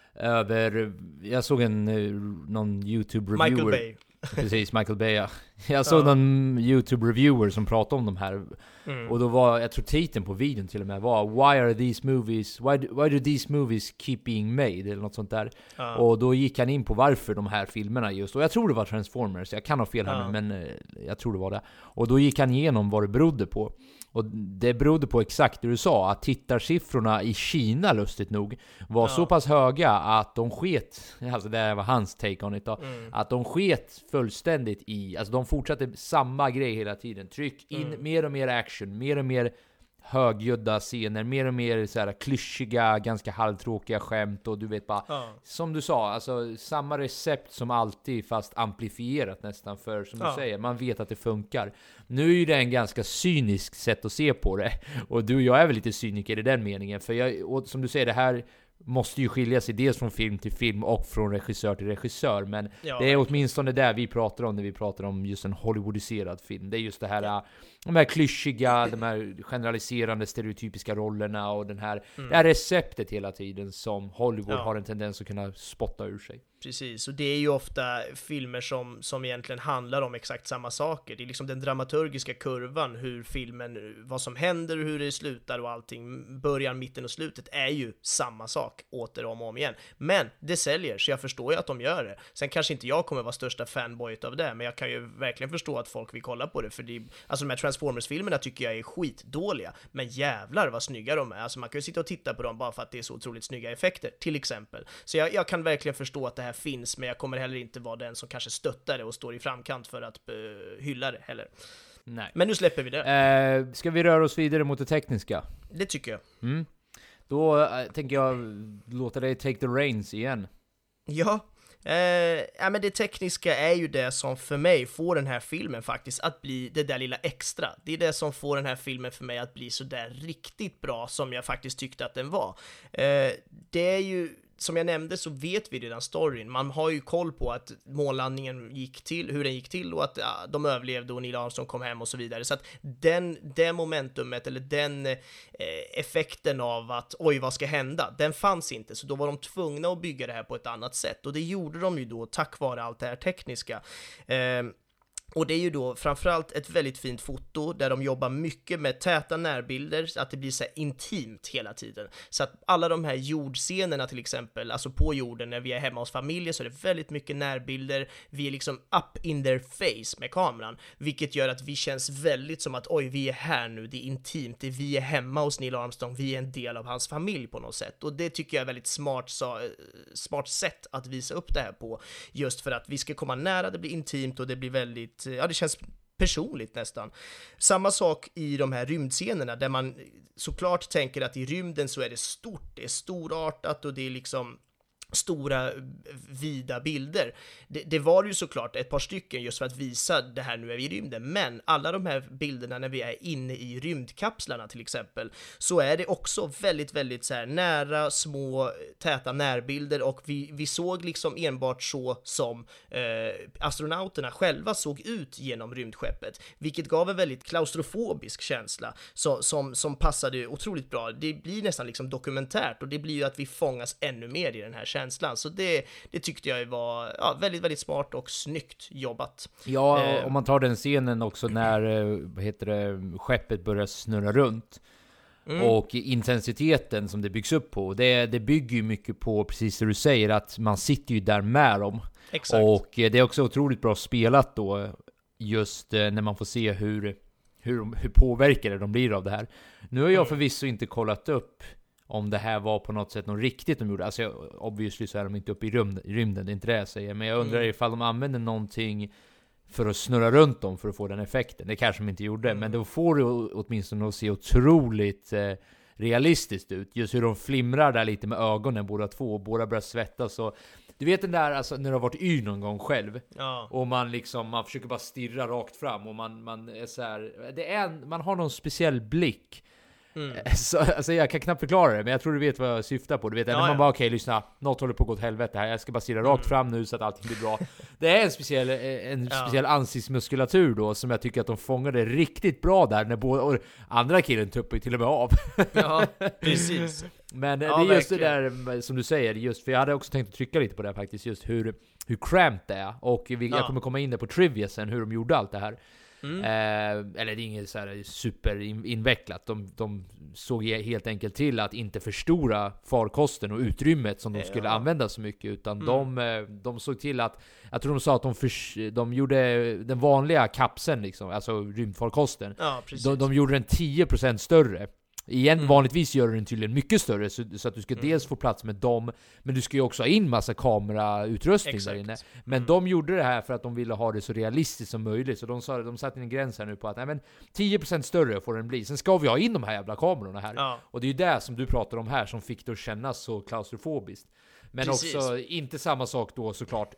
Jag såg någon YouTube-reviewer. Michael Bay. Precis, Michael Bay, ja. Jag såg någon YouTube-reviewer som pratade om de här. Och då var, jag tror titeln på videon till och med var Why do these movies keep being made? Eller något sånt där. Och då gick han in på varför de här filmerna just. Och jag tror det var Transformers, jag kan ha fel här nu, men jag tror det var det. Och då gick han igenom vad det berodde på. Och det berodde på exakt det du sa, att tittarsiffrorna i Kina, lustigt nog, var så pass höga att de sket, alltså det var hans take on it då, att de sket fullständigt i, alltså de fortsatte samma grej hela tiden, tryck in mer och mer action, mer och mer högljudda scener, mer och mer så här klyschiga, ganska halvtråkiga skämt, och du vet bara, som du sa, alltså samma recept som alltid, fast amplifierat nästan, för som du säger, man vet att det funkar. Nu är ju det en ganska cynisk sätt att se på det, och du och jag är väl lite cyniker i den meningen, för och som du säger, det här måste ju skilja sig dels från film till film och från regissör till regissör, men det är åtminstone där vi pratar om när vi pratar om just en Hollywoodiserad film. Det är just det här, de här klyschiga, de här generaliserande stereotypiska rollerna och det här receptet hela tiden som Hollywood har en tendens att kunna spotta ur sig. Precis, och det är ju ofta filmer som egentligen handlar om exakt samma saker. Det är liksom den dramaturgiska kurvan, hur filmen, vad som händer och hur det slutar och allting, början, mitten och slutet är ju samma sak åter och om igen. Men det säljer, så jag förstår ju att de gör det. Sen kanske inte jag kommer vara största fanboyet av det, men jag kan ju verkligen förstå att folk vill kolla på det, för alltså de här Transformers-filmerna tycker jag är skitdåliga, men jävlar vad snygga de är. Alltså man kan ju sitta och titta på dem bara för att det är så otroligt snygga effekter, till exempel. Så jag kan verkligen förstå att det här finns, men jag kommer heller inte vara den som kanske stöttar det och står i framkant för att hylla det heller. Nej. Men nu släpper vi det. Ska vi röra oss vidare mot det tekniska? Det tycker jag. Då tänker jag låta dig take the reins igen. Ja. Men det tekniska är ju det som för mig får den här filmen faktiskt att bli det där lilla extra. Det är det som får den här filmen för mig att bli så där riktigt bra som jag faktiskt tyckte att den var. Det är ju, som jag nämnde, så vet vi redan storyn. Man har ju koll på att månlandningen gick till, hur den gick till, och att de överlevde och Neil Armstrong kom hem och så vidare. Så att det momentumet, eller den effekten av att oj, vad ska hända? Den fanns inte, så då var de tvungna att bygga det här på ett annat sätt. Och det gjorde de ju då tack vare allt det här tekniska. Och det är ju då framförallt ett väldigt fint foto där de jobbar mycket med täta närbilder, så att det blir så här intimt hela tiden. Så att alla de här jordscenerna till exempel, alltså på jorden när vi är hemma hos familjer, så är det väldigt mycket närbilder. Vi är liksom up in their face med kameran, vilket gör att vi känns väldigt som att oj, vi är här nu, det är intimt, vi är hemma hos Neil Armstrong, vi är en del av hans familj på något sätt. Och det tycker jag är väldigt smart sätt att visa upp det här på, just för att vi ska komma nära, det blir intimt och det blir väldigt, ja, det känns personligt nästan. Samma sak i de här rymdscenerna där man såklart tänker att i rymden så är det stort, det är storartat och det är liksom stora vida bilder. Det var ju såklart ett par stycken just för att visa det här, nu är vi i rymden, men alla de här bilderna när vi är inne i rymdkapslarna till exempel, så är det också väldigt, väldigt så här nära, små, täta närbilder, och vi såg liksom enbart så som astronauterna själva såg ut genom rymdskeppet, vilket gav en väldigt klaustrofobisk känsla som passade otroligt bra. Det blir nästan liksom dokumentärt, och det blir ju att vi fångas ännu mer i den här känslan. Så det tyckte jag var väldigt, väldigt smart och snyggt jobbat. Ja, om man tar den scenen också när skeppet börjar snurra runt. Och intensiteten som det byggs upp på, det bygger ju mycket på, precis det du säger, att man sitter ju där med dem. Exakt. Och det är också otroligt bra spelat då, just när man får se hur påverkade de blir av det här. Nu har jag förvisso inte kollat upp om det här var på något sätt något riktigt de gjorde. Alltså obviously så är de inte uppe i rymden, det är inte det jag säger. Men jag undrar ifall de använder någonting för att snurra runt dem för att få den effekten. Det kanske de inte gjorde, men då får det åtminstone att se otroligt realistiskt ut. Just hur de flimrar där lite med ögonen båda två, och båda börjar svettas. Och du vet den där, alltså, när du har varit yr någon gång själv, och man försöker bara stirra rakt fram, och man är så här, man har någon speciell blick. Så, alltså jag kan knappt förklara det, men jag tror du vet vad jag syftar på. Du vet, när man bara okej, lyssna, något håller på att gå åt helvete här, jag ska bara stirra rakt fram nu så att allting blir bra. Det är en speciell ansiktsmuskulatur då, som jag tycker att de fångade riktigt bra där, när båda andra killen tuppar till och med av. Ja, precis. Men det är just verkligen det där som du säger, just för jag hade också tänkt att trycka lite på det faktiskt, just hur cramped det är. Och jag kommer komma in där på trivia sen, hur de gjorde allt det här. Eller det är inget så här super invecklat. De såg helt enkelt till att inte förstora farkosten och utrymmet som de skulle använda så mycket, utan de såg till att, jag tror de sa att de gjorde den vanliga kapseln liksom, alltså rymdfarkosten, de gjorde den 10% större. Vanligtvis gör du den tydligen mycket större, så att du ska dels få plats med dem, men du ska ju också ha in massa kamerautrustning där inne. Men de gjorde det här för att de ville ha det så realistiskt som möjligt, så de satte en gräns här nu på att 10% större får den bli. Sen ska vi ha in de här jävla kamerorna här. Och det är ju det som du pratar om här som fick det att kännas så klaustrofobiskt. Men också inte samma sak då såklart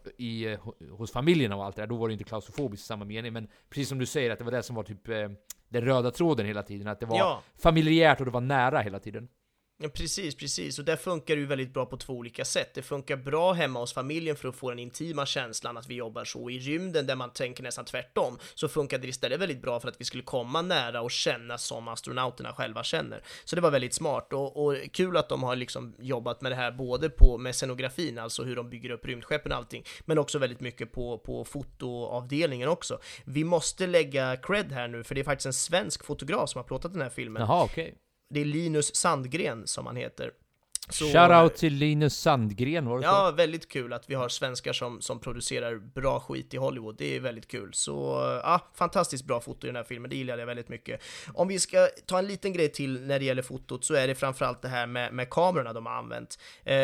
hos familjerna och allt det där. Då var det inte klaustrofobiskt i samma mening, men precis som du säger, att det var det som var typ den röda tråden hela tiden, att det var familjärt och det var nära hela tiden. Ja, precis. Och där funkar det ju väldigt bra på två olika sätt. Det funkar bra hemma hos familjen för att få den intima känslan att vi jobbar så. I rymden, där man tänker nästan tvärtom, så funkar det istället väldigt bra för att vi skulle komma nära och känna som astronauterna själva känner. Så det var väldigt smart, och kul att de har liksom jobbat med det här både med scenografin, alltså hur de bygger upp rymdskeppen och allting, men också väldigt mycket på fotoavdelningen också. Vi måste lägga cred här nu, för det är faktiskt en svensk fotograf som har plåtat den här filmen. Jaha, okej. Det är Linus Sandgren som han heter. Shoutout till Linus Sandgren, var det ja, så? Väldigt kul att vi har svenskar som producerar bra skit i Hollywood. Det är väldigt kul. Så fantastiskt bra foto i den här filmen. Det gillar jag väldigt mycket. Om vi ska ta en liten grej till när det gäller fotot, så är det framförallt det här med kamerorna de har använt.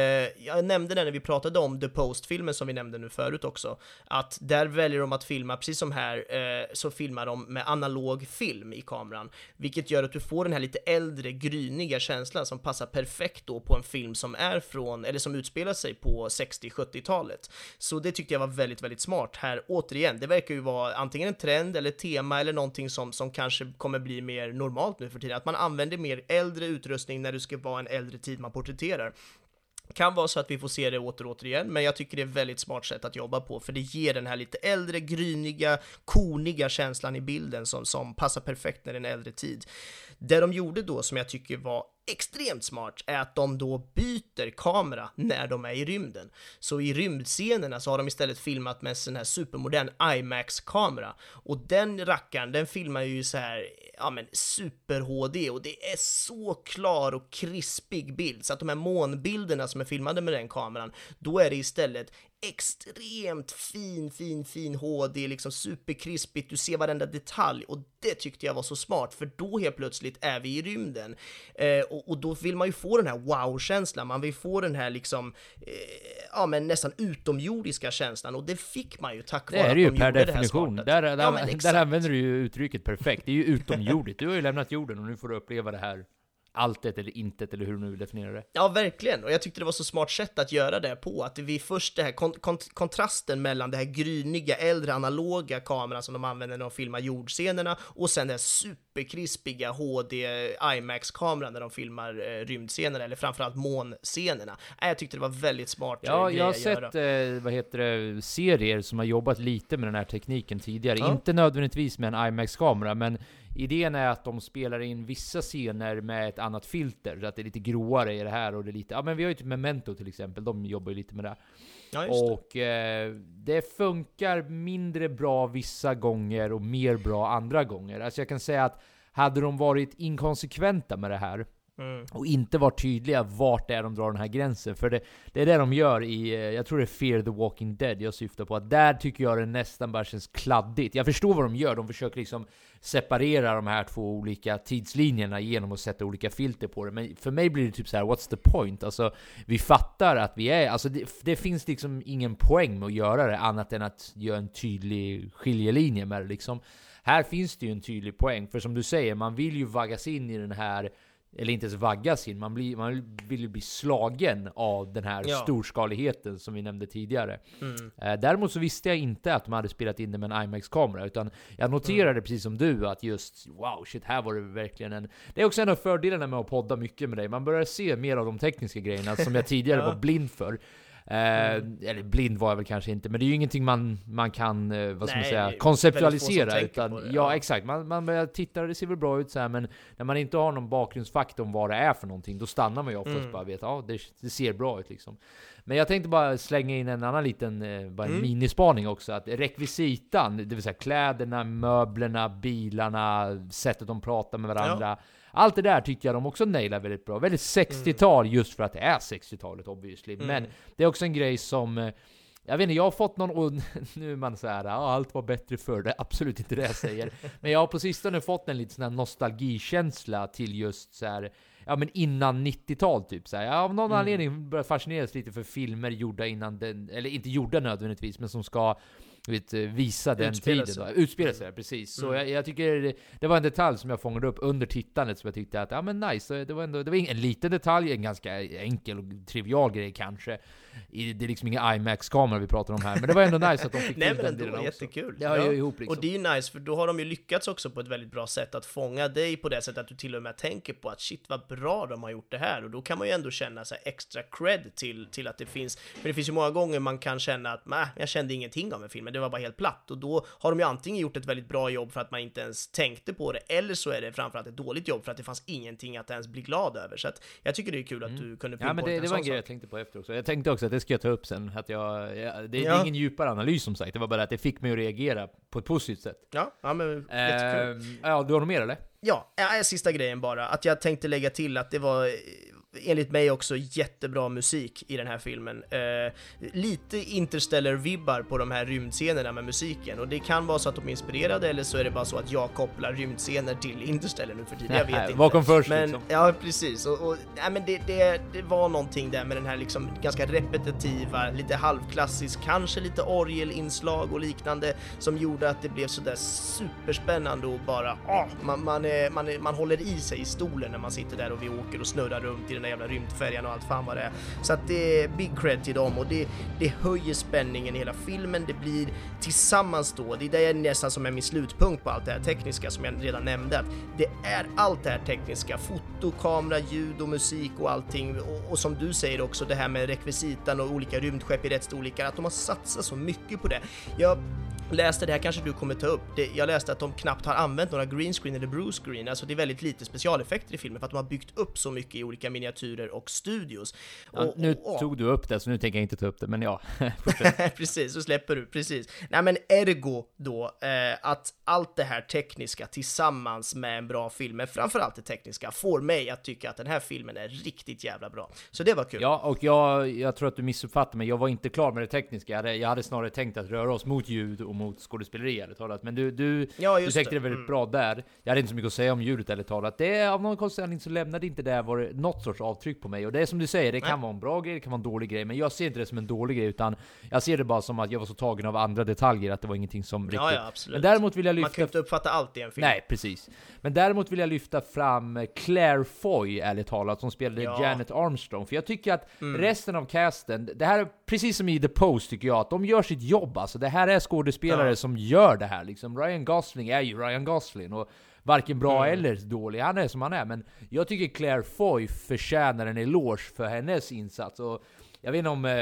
Jag nämnde det när vi pratade om The Post-filmen som vi nämnde nu förut också, att där väljer de att filma, precis som här, så filmar de med analog film i kameran, vilket gör att du får den här lite äldre, gryniga känslan som passar perfekt då på en film som som utspelar sig på 60-70-talet. Så det tyckte jag var väldigt, väldigt smart här. Återigen, det verkar ju vara antingen en trend eller tema eller någonting som kanske kommer bli mer normalt nu för tiden, att man använder mer äldre utrustning när det ska vara en äldre tid man porträtterar. Kan vara så att vi får se det återigen, men jag tycker det är ett väldigt smart sätt att jobba på, för det ger den här lite äldre, gryniga, koniga känslan i bilden som passar perfekt när det är en äldre tid. Det de gjorde då, som jag tycker var extremt smart, är att de då byter kamera när de är i rymden. Så i rymdscenerna så har de istället filmat med en sån här supermodern IMAX-kamera, och den rackaren, den filmar ju så här, super HD, och det är så klar och krispig bild, så att de här månbilderna som är filmade med den kameran, då är det istället extremt fin HD, liksom superkrispigt, du ser varenda detalj, och det tyckte jag var så smart, för då helt plötsligt är vi i rymden, och då vill man ju få den här wow-känslan, man vill få den här liksom nästan utomjordiska känslan, och det fick man ju tack vare att de gjorde det här. Det är ju per definition, där använder du ju uttrycket perfekt, det är ju utomjordigt, du har ju lämnat jorden och nu får du uppleva det här alltet eller intet, eller hur du nu definierar det. Ja, verkligen. Och jag tyckte det var så smart sätt att göra det på, att vi först det här kontrasten mellan det här gryniga, äldre, analoga kameran som de använder när de filmar jordscenerna, och sen den superkrispiga HD IMAX-kameran när de filmar rymdscenerna, eller framförallt månscenerna. Jag tyckte det var väldigt smart. Ja, jag har sett serier som har jobbat lite med den här tekniken tidigare. Ja. Inte nödvändigtvis med en IMAX-kamera, men idén är att de spelar in vissa scener med ett annat filter, så att det är lite gråare i det här, och det är lite, ja men vi har ju typ Memento till exempel, de jobbar ju lite med det. Ja, just det. Och det funkar mindre bra vissa gånger och mer bra andra gånger. Alltså jag kan säga att hade de varit inkonsekventa med det här och inte varit tydliga vart det är de drar den här gränsen, för det är det de gör i, jag tror det är Fear the Walking Dead jag syftar på, att där tycker jag det nästan bara känns kladdigt. Jag förstår vad de gör, de försöker liksom separera de här två olika tidslinjerna genom att sätta olika filter på det, men för mig blir det typ så här: what's the point? Alltså vi fattar att vi är, alltså det finns liksom ingen poäng med att göra det annat än att göra en tydlig skiljelinje med det liksom. Här finns det ju en tydlig poäng, för som du säger, man vill ju vaggas in i den här, eller inte ens vaggas in, man vill ju bli slagen av den här storskaligheten som vi nämnde tidigare. Däremot så visste jag inte att de hade spelat in det med en IMAX-kamera, utan jag noterade precis som du att just, wow, shit, här var det verkligen det är också en av fördelarna med att podda mycket med dig. Man börjar se mer av de tekniska grejerna som jag tidigare var blind för. Eller blind var jag väl kanske inte, men det är ju ingenting man kan vad ska man säga, konceptualisera, utan det, exakt, man börjar titta, det ser väl bra ut så här, men när man inte har någon bakgrundsfaktor om vad det är för någonting, då stannar man ju oftast bara vet, det ser bra ut liksom. Men jag tänkte bara slänga in en annan liten bara en minispaning också, att rekvisitan, det vill säga kläderna, möblerna, bilarna, sättet de pratar med varandra, allt det där tyckte jag de också nailar väldigt bra. Väldigt 60-tal, just för att det är 60-talet obviously. Men det är också en grej som, jag vet inte, jag har fått någon, och nu är man så här, allt var bättre förr, det är absolut inte det jag säger. Men jag har på sistone fått en lite sån här nostalgikänsla till just så här, ja men innan 90-tal typ så här. Jag av någon anledning börjat fascineras lite för filmer gjorda innan den, eller inte gjorda nödvändigtvis, men som ska visa den tiden. Utspela sig, precis. Så jag tycker det var en detalj som jag fångade upp under tittandet som jag tyckte att, ja men nice, det var en liten detalj, en ganska enkel och trivial grej kanske. Det är liksom inga IMAX-kameror vi pratar om här, men det var ändå nice att de fick till den delen också. Jättekul. Det har ihop liksom. Och det är ju nice, för då har de ju lyckats också på ett väldigt bra sätt att fånga dig på det sättet att du till och med tänker på att shit vad bra de har gjort det här, och då kan man ju ändå känna så här extra cred till att det finns, för det finns ju många gånger man kan känna att jag kände ingenting av en film, men det var bara helt platt, och då har de ju antingen gjort ett väldigt bra jobb för att man inte ens tänkte på det, eller så är det framförallt ett dåligt jobb för att det fanns ingenting att ens bli glad över. Så att jag tycker det är kul att du kunde pinpointa. Ja, men det var en grej jag tänkte på efter också. Jag tänkte också att det ska jag ta upp sen, att det är ingen djupare analys som sagt, det var bara att det fick mig att reagera på ett positivt sätt. Ja men jättekul. Ja, du har något mer eller? Ja, sista grejen bara, att jag tänkte lägga till att det var enligt mig också jättebra musik i den här filmen. Lite Interstellar-vibbar på de här rymdscenerna med musiken, och det kan vara så att de är inspirerade, eller så är det bara så att jag kopplar rymdscener till Interstellar nu för tiden, jag vet inte. Vad kom först men, liksom? Ja, precis. Men det var någonting där med den här liksom ganska repetitiva, lite halvklassisk, kanske lite orgelinslag och liknande, som gjorde att det blev sådär superspännande och bara, man håller i sig i stolen när man sitter där och vi åker och snurrar runt i den där jävla rymdfärjan och allt fan vad det är. Så att det är big cred till dem, och det höjer spänningen i hela filmen. Det blir tillsammans då, det är nästan som är min slutpunkt på allt det här tekniska som jag redan nämnde, att det är allt det här tekniska, foto, kamera, ljud och musik och allting, och som du säger också, det här med rekvisitan och olika rymdskepp i rätt storlekar, att de har satsat så mycket på det. Jag läste, det här kanske du kommer ta upp, jag läste att de knappt har använt några green screen eller blue screen, alltså det är väldigt lite specialeffekter i filmen för att de har byggt upp så mycket i olika miniatyrer och studios. Ja, nu tog du upp det, så nu tänker jag inte ta upp det, men ja. Precis, så släpper du, precis. Nej men ergo då, att allt det här tekniska tillsammans med en bra film, men framförallt det tekniska, får mig att tycka att den här filmen är riktigt jävla bra. Så det var kul. Ja, och jag tror att du missuppfattade mig, jag var inte klar med det tekniska, jag hade snarare tänkt att röra oss mot ljud och mot skådespeleri eller talat. Men du täckte det väldigt bra där. Jag hade inte så mycket att säga om ljudet eller talat. Det är av någon konstig anledning så lämnade inte det något sorts avtryck på mig. Och det är som du säger, det kan vara en bra grej, det kan vara en dålig grej. Men jag ser inte det som en dålig grej, utan jag ser det bara som att jag var så tagen av andra detaljer att det var ingenting som riktigt... Ja, absolut. Men däremot vill jag lyfta... Man kan inte uppfatta allt i en film. Nej, precis. Men däremot vill jag lyfta fram Claire Foy, ärligt talat, som spelade Janet Armstrong. För jag tycker att resten av casten, det här är precis som i The Post tycker jag, att de gör sitt jobb. Alltså det här är skådespelare som gör det här liksom. Ryan Gosling är ju Ryan Gosling och varken bra eller dålig, han är som han är. Men jag tycker Claire Foy förtjänar en eloge för hennes insats. Och jag vet inte om,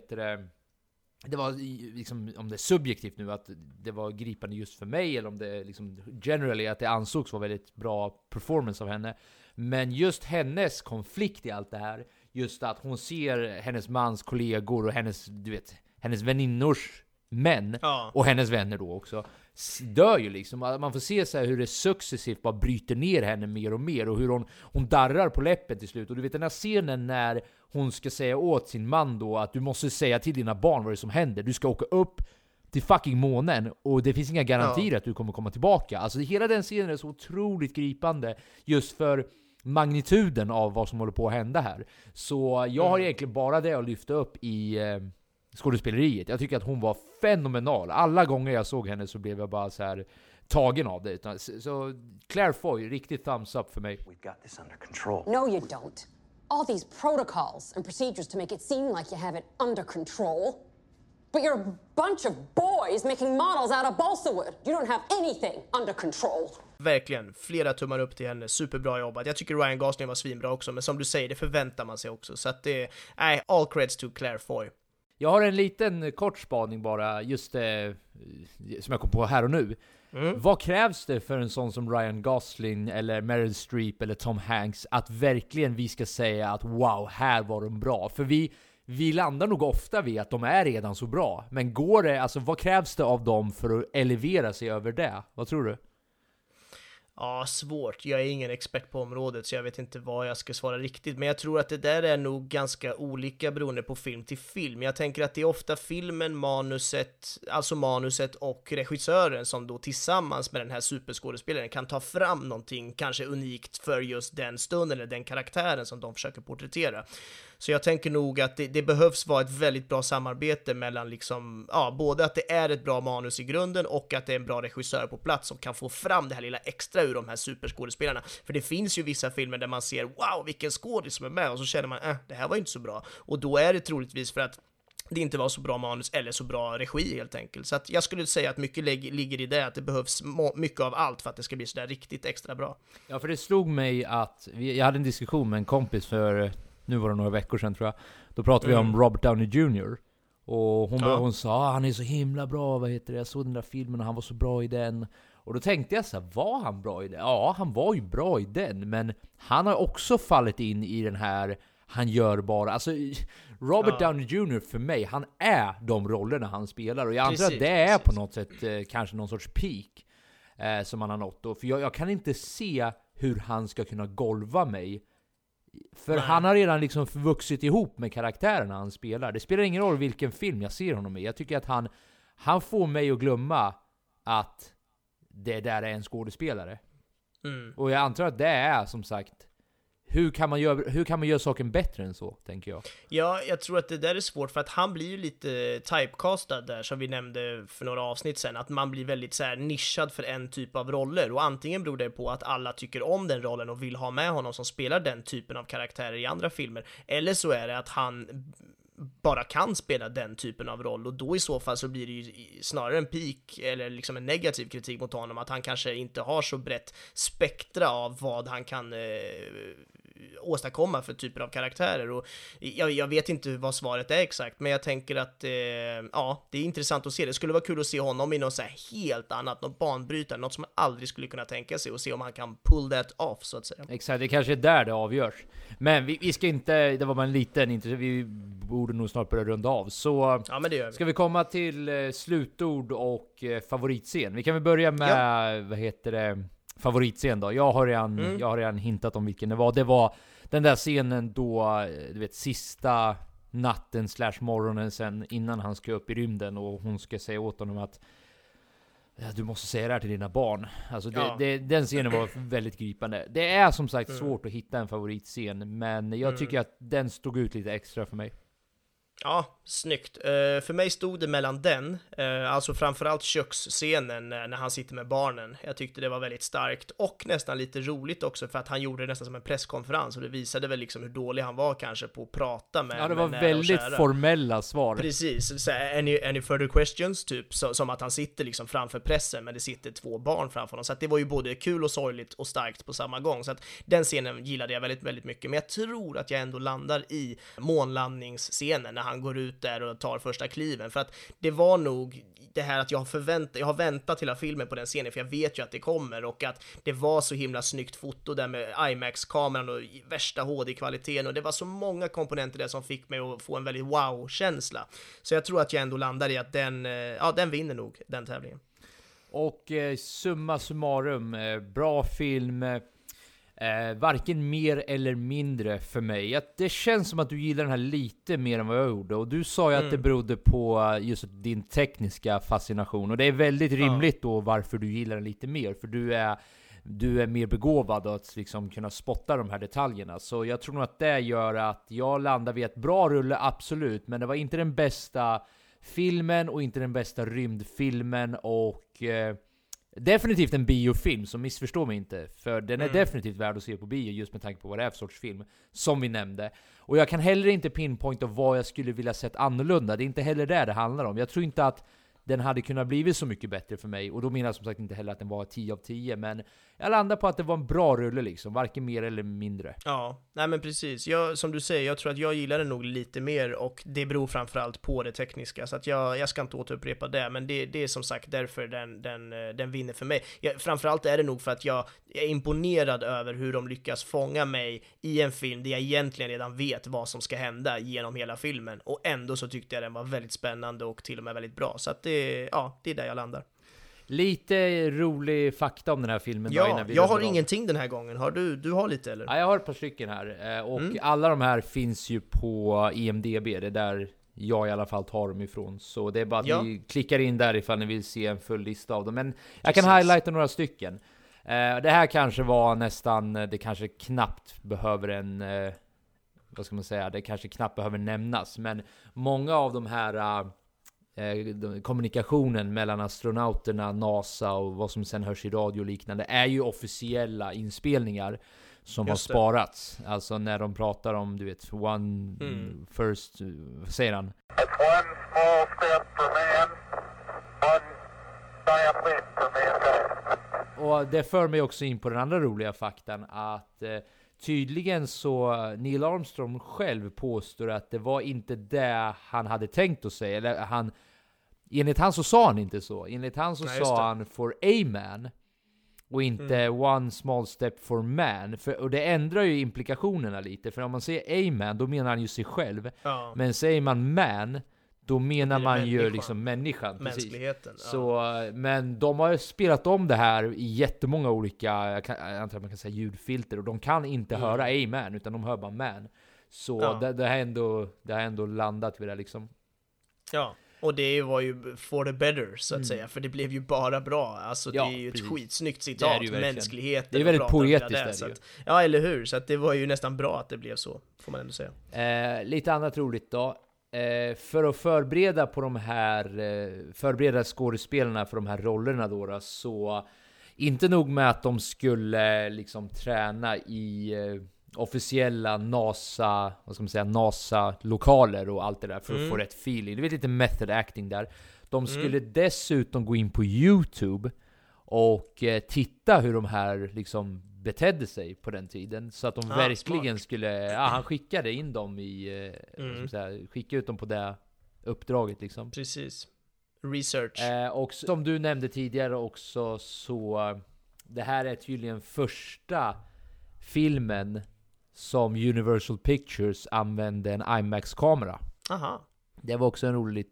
det var liksom, om det är subjektivt nu att det var gripande just för mig, eller om det liksom generally att det ansågs vara väldigt bra performance av henne. Men just hennes konflikt i allt det här, just att hon ser hennes mans kollegor och hennes väninnors män och hennes vänner då också dör ju liksom. Man får se så här hur det successivt bara bryter ner henne mer och mer, och hur hon darrar på läppen till slut. Och du vet den här scenen när hon ska säga åt sin man då att du måste säga till dina barn vad det är som händer. Du ska åka upp till fucking månen och det finns inga garantier att du kommer komma tillbaka. Alltså hela den scenen är så otroligt gripande just för magnituden av vad som håller på att hända här. Så jag har egentligen bara det att lyfta upp i skådespeleriet. Jag tycker att hon var fenomenal. Alla gånger jag såg henne så blev jag bara så här tagen av det. Så Claire Foy, riktigt thumbs up för mig. We've got this under control. No, you don't. All these protocols and procedures to make it seem like you have it under control. But you're a bunch of boys making models out of balsa wood. You don't have anything under control. Verkligen, flera tummar upp till henne, superbra jobbat. Jag tycker Ryan Gosling var svinbra också, men som du säger, det förväntar man sig också. Så att det är all creds to Claire Foy. Jag har en liten kort spaning bara, just som jag kom på här och nu. Vad krävs det för en sån som Ryan Gosling eller Meryl Streep eller Tom Hanks att verkligen vi ska säga att wow, här var de bra? För vi landar nog ofta vid att de är redan så bra. Men går det, alltså vad krävs det av dem för att elevera sig över det? Vad tror du? Ja, svårt. Jag är ingen expert på området så jag vet inte vad jag ska svara riktigt. Men jag tror att det där är nog ganska olika beroende på film till film. Jag tänker att det är ofta filmen, manuset och regissören som då tillsammans med den här superskådespelaren kan ta fram någonting kanske unikt för just den stunden eller den karaktären som de försöker porträttera. Så jag tänker nog att det behövs vara ett väldigt bra samarbete mellan liksom, både att det är ett bra manus i grunden och att det är en bra regissör på plats som kan få fram det här lilla extra ur de här superskådespelarna. För det finns ju vissa filmer där man ser, wow, vilken skådis som är med, och så känner man, det här var inte så bra. Och då är det troligtvis för att det inte var så bra manus eller så bra regi helt enkelt. Så att jag skulle säga att mycket ligger i det, att det behövs mycket av allt för att det ska bli sådär riktigt extra bra. Ja, för det slog mig att jag hade en diskussion med en kompis för nu var det några veckor sedan tror jag. Då pratade vi om Robert Downey Jr. Och hon sa, han är så himla bra, jag såg den där filmen och han var så bra i den. Och då tänkte jag så här, var han bra i den? Ja, han var ju bra i den, men han har också fallit in i den här, han gör bara, alltså Robert Downey Jr. för mig, han är de rollerna han spelar. Och jag antar att det är på något sätt kanske någon sorts peak som han har nått. För jag kan inte se hur han ska kunna golva mig. För han har redan liksom vuxit ihop med karaktärerna han spelar. Det spelar ingen roll vilken film jag ser honom i. Jag tycker att han får mig att glömma att det där är en skådespelare. Och jag antar att det är som sagt, hur kan man göra saken bättre än så, tänker jag. Ja, jag tror att det där är svårt för att han blir ju lite typecastad där, som vi nämnde för några avsnitt sedan, att man blir väldigt så här nischad för en typ av roller, och antingen beror det på att alla tycker om den rollen och vill ha med honom som spelar den typen av karaktärer i andra filmer, eller så är det att han bara kan spela den typen av roll, och då i så fall så blir det ju snarare en peak eller liksom en negativ kritik mot honom, att han kanske inte har så brett spektra av vad han kan åstadkomma för typer av karaktärer. Och jag vet inte vad svaret är exakt, men jag tänker att det är intressant att se. Det skulle vara kul att se honom i något så här helt annat, något banbrytare, något som man aldrig skulle kunna tänka sig, och se om han kan pull that off, så att säga. Exakt, det kanske är där det avgörs. Men vi ska inte, det var bara en liten intressant, vi borde nog snart börja runda av. Så ja, men det gör vi. Ska vi komma till slutord och favoritscen. Vi kan väl börja med, favoritscen då. Jag har redan hintat om vilken det var. Det var den där scenen då, du vet, sista natten / morgonen sen innan han ska upp i rymden, och hon ska säga åt honom att Ja, du måste säga det här till dina barn. Alltså den scenen var väldigt gripande. Det är som sagt svårt att hitta en favoritscen, men jag tycker att den stod ut lite extra för mig. Ja, snyggt. För mig stod det mellan den, alltså framförallt köksscenen när han sitter med barnen. Jag tyckte det var väldigt starkt och nästan lite roligt också, för att han gjorde det nästan som en presskonferens och det visade väl liksom hur dålig han var kanske på att prata med. Ja, det var väldigt formella svar. Precis, så any further questions typ, som att han sitter liksom framför pressen, men det sitter 2 barn framför honom. Så att det var ju både kul och sorgligt och starkt på samma gång. Så att den scenen gillade jag väldigt, väldigt mycket. Men jag tror att jag ändå landar i månlandningsscenen när han går ut där och tar första kliven, för att det var nog det här att jag har väntat hela filmen på den scenen, för jag vet ju att det kommer, och att det var så himla snyggt foto där med IMAX-kameran och värsta HD-kvaliteten, och det var så många komponenter där som fick mig att få en väldigt wow-känsla. Så jag tror att jag ändå landar i att den vinner nog den tävlingen. Och summa summarum, bra film. Varken mer eller mindre för mig. Det känns som att du gillar den här lite mer än vad jag gjorde. Och du sa ju att det berodde på just din tekniska fascination. Och det är väldigt rimligt då varför du gillar den lite mer. För du är mer begåvad att liksom kunna spotta de här detaljerna. Så jag tror nog att det gör att jag landar vid ett bra rulle, absolut. Men det var inte den bästa filmen och inte den bästa rymdfilmen. Och definitivt en biofilm, som missförstår mig inte. För den är definitivt värd att se på bio, just med tanke på vad det är för sorts film, som vi nämnde. Och jag kan heller inte pinpointa vad jag skulle vilja sett annorlunda. Det är inte heller det handlar om. Jag tror inte att den hade kunnat blivit så mycket bättre för mig. Och då menar jag som sagt inte heller att den var 10 av 10. Men jag landar på att det var en bra rulle liksom. Varken mer eller mindre. Ja, nej men precis. Som du säger, jag tror att jag gillar den nog lite mer. Och det beror framförallt på det tekniska. Så att jag ska inte återupprepa det. Men det är som sagt därför den vinner för mig. Framförallt är det nog för att jag är imponerad över hur de lyckas fånga mig i en film där jag egentligen redan vet vad som ska hända genom hela filmen. Och ändå så tyckte jag den var väldigt spännande och till och med väldigt bra. Så att det är där jag landar. Lite rolig fakta om den här filmen. Ja, jag har ingenting den här gången. Har du har lite eller? Ja, jag har ett par stycken här. Och alla de här finns ju på IMDb. Det är där jag i alla fall tar dem ifrån. Så det är bara att ni klickar in där ifall ni vill se en full lista av dem. Men jag kan highlighta några stycken. Det här kanske var nästan, det kanske knappt behöver vad ska man säga, det kanske knappt behöver nämnas. Men många av de här kommunikationen mellan astronauterna, NASA och vad som sen hörs i radio och liknande är ju officiella inspelningar som har sparats. Alltså när de pratar om, du vet, first, säger han? One small step for man, one giant leap for mankind. Och det för mig också in på den andra roliga faktan att tydligen så Neil Armstrong själv påstår att det var inte det han hade tänkt att säga. Eller enligt han så sa han inte så. Enligt han så sa han for a man och inte one small step for man. Och det ändrar ju implikationerna lite. För om man säger a man, då menar han ju sig själv. Ja. Men säger man man, då menar man ju liksom människan. Mänskligheten. Ja. Så, men de har spelat om det här i jättemånga olika, jag antar att man kan säga ljudfilter. Och de kan inte höra a man, utan de hör bara man. Så det har ändå landat vid det liksom. Ja. Och det var ju for the better, så att säga. För det blev ju bara bra. Alltså det är ju ett skitsnyggt citat. Mänskligheten. Det är väldigt poetiskt. Ja, eller hur? Så att det var ju nästan bra att det blev så, får man ändå säga. Lite annat roligt då. För att förbereda på de här förbereda skådespelarna för de här rollerna då, så inte nog med att de skulle liksom träna i officiella NASA, vad ska man säga, NASA-lokaler och allt det där för att få rätt feeling. Det är lite method acting där. De skulle dessutom gå in på YouTube och titta hur de här liksom betedde sig på den tiden, så att de verkligen skulle, han skickade in dem i skicka ut dem på det uppdraget liksom. Precis. Research. Och som du nämnde tidigare också, så det här är tydligen första filmen som Universal Pictures använde en IMAX-kamera. Aha. Det var också en rolig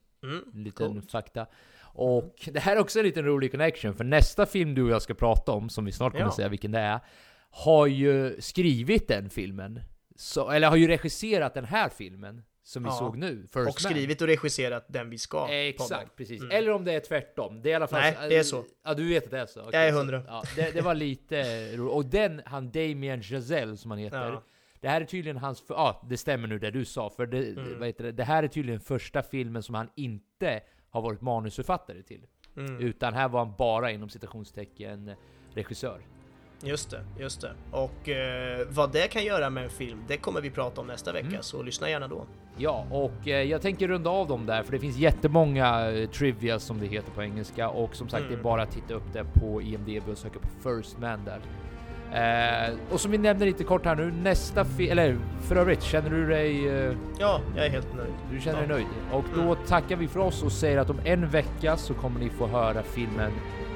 liten fakta. Och det här är också en liten rolig connection, för nästa film du och jag ska prata om, som vi snart kommer säga vilken det är, har ju skrivit den filmen. Eller har ju regisserat den här filmen. som vi såg nu. First och skrivit och regisserat den vi ska. Exakt, precis. Eller om det är tvärtom. Det är i alla fall... Nej, det är så. Ja, du vet att det är så. Okay, jag är 100. Ja, det var lite roligt. Och han Damien Chazelle som han heter. Det här är tydligen hans... det stämmer nu det du sa. För det här är tydligen första filmen som han inte har varit manusförfattare till. Utan här var han bara inom citationstecken regissör. Just det. Och vad det kan göra med en film, det kommer vi prata om nästa vecka, så lyssna gärna då. Ja, och jag tänker runda av dem där, för det finns jättemånga trivia som det heter på engelska, och som sagt det är bara att titta upp det på IMDb och söka på First Man där. Och som vi nämnde lite kort här nu, nästa eller för övrigt, känner du dig... Ja, jag är helt nöjd. Du känner dig nöjd. Och då tackar vi för oss och säger att om en vecka så kommer ni få höra filmen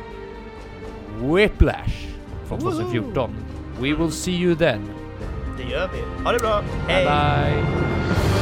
Whiplash från 2014. We will see you then. Det gör vi. Ha det bra. Hej! Bye.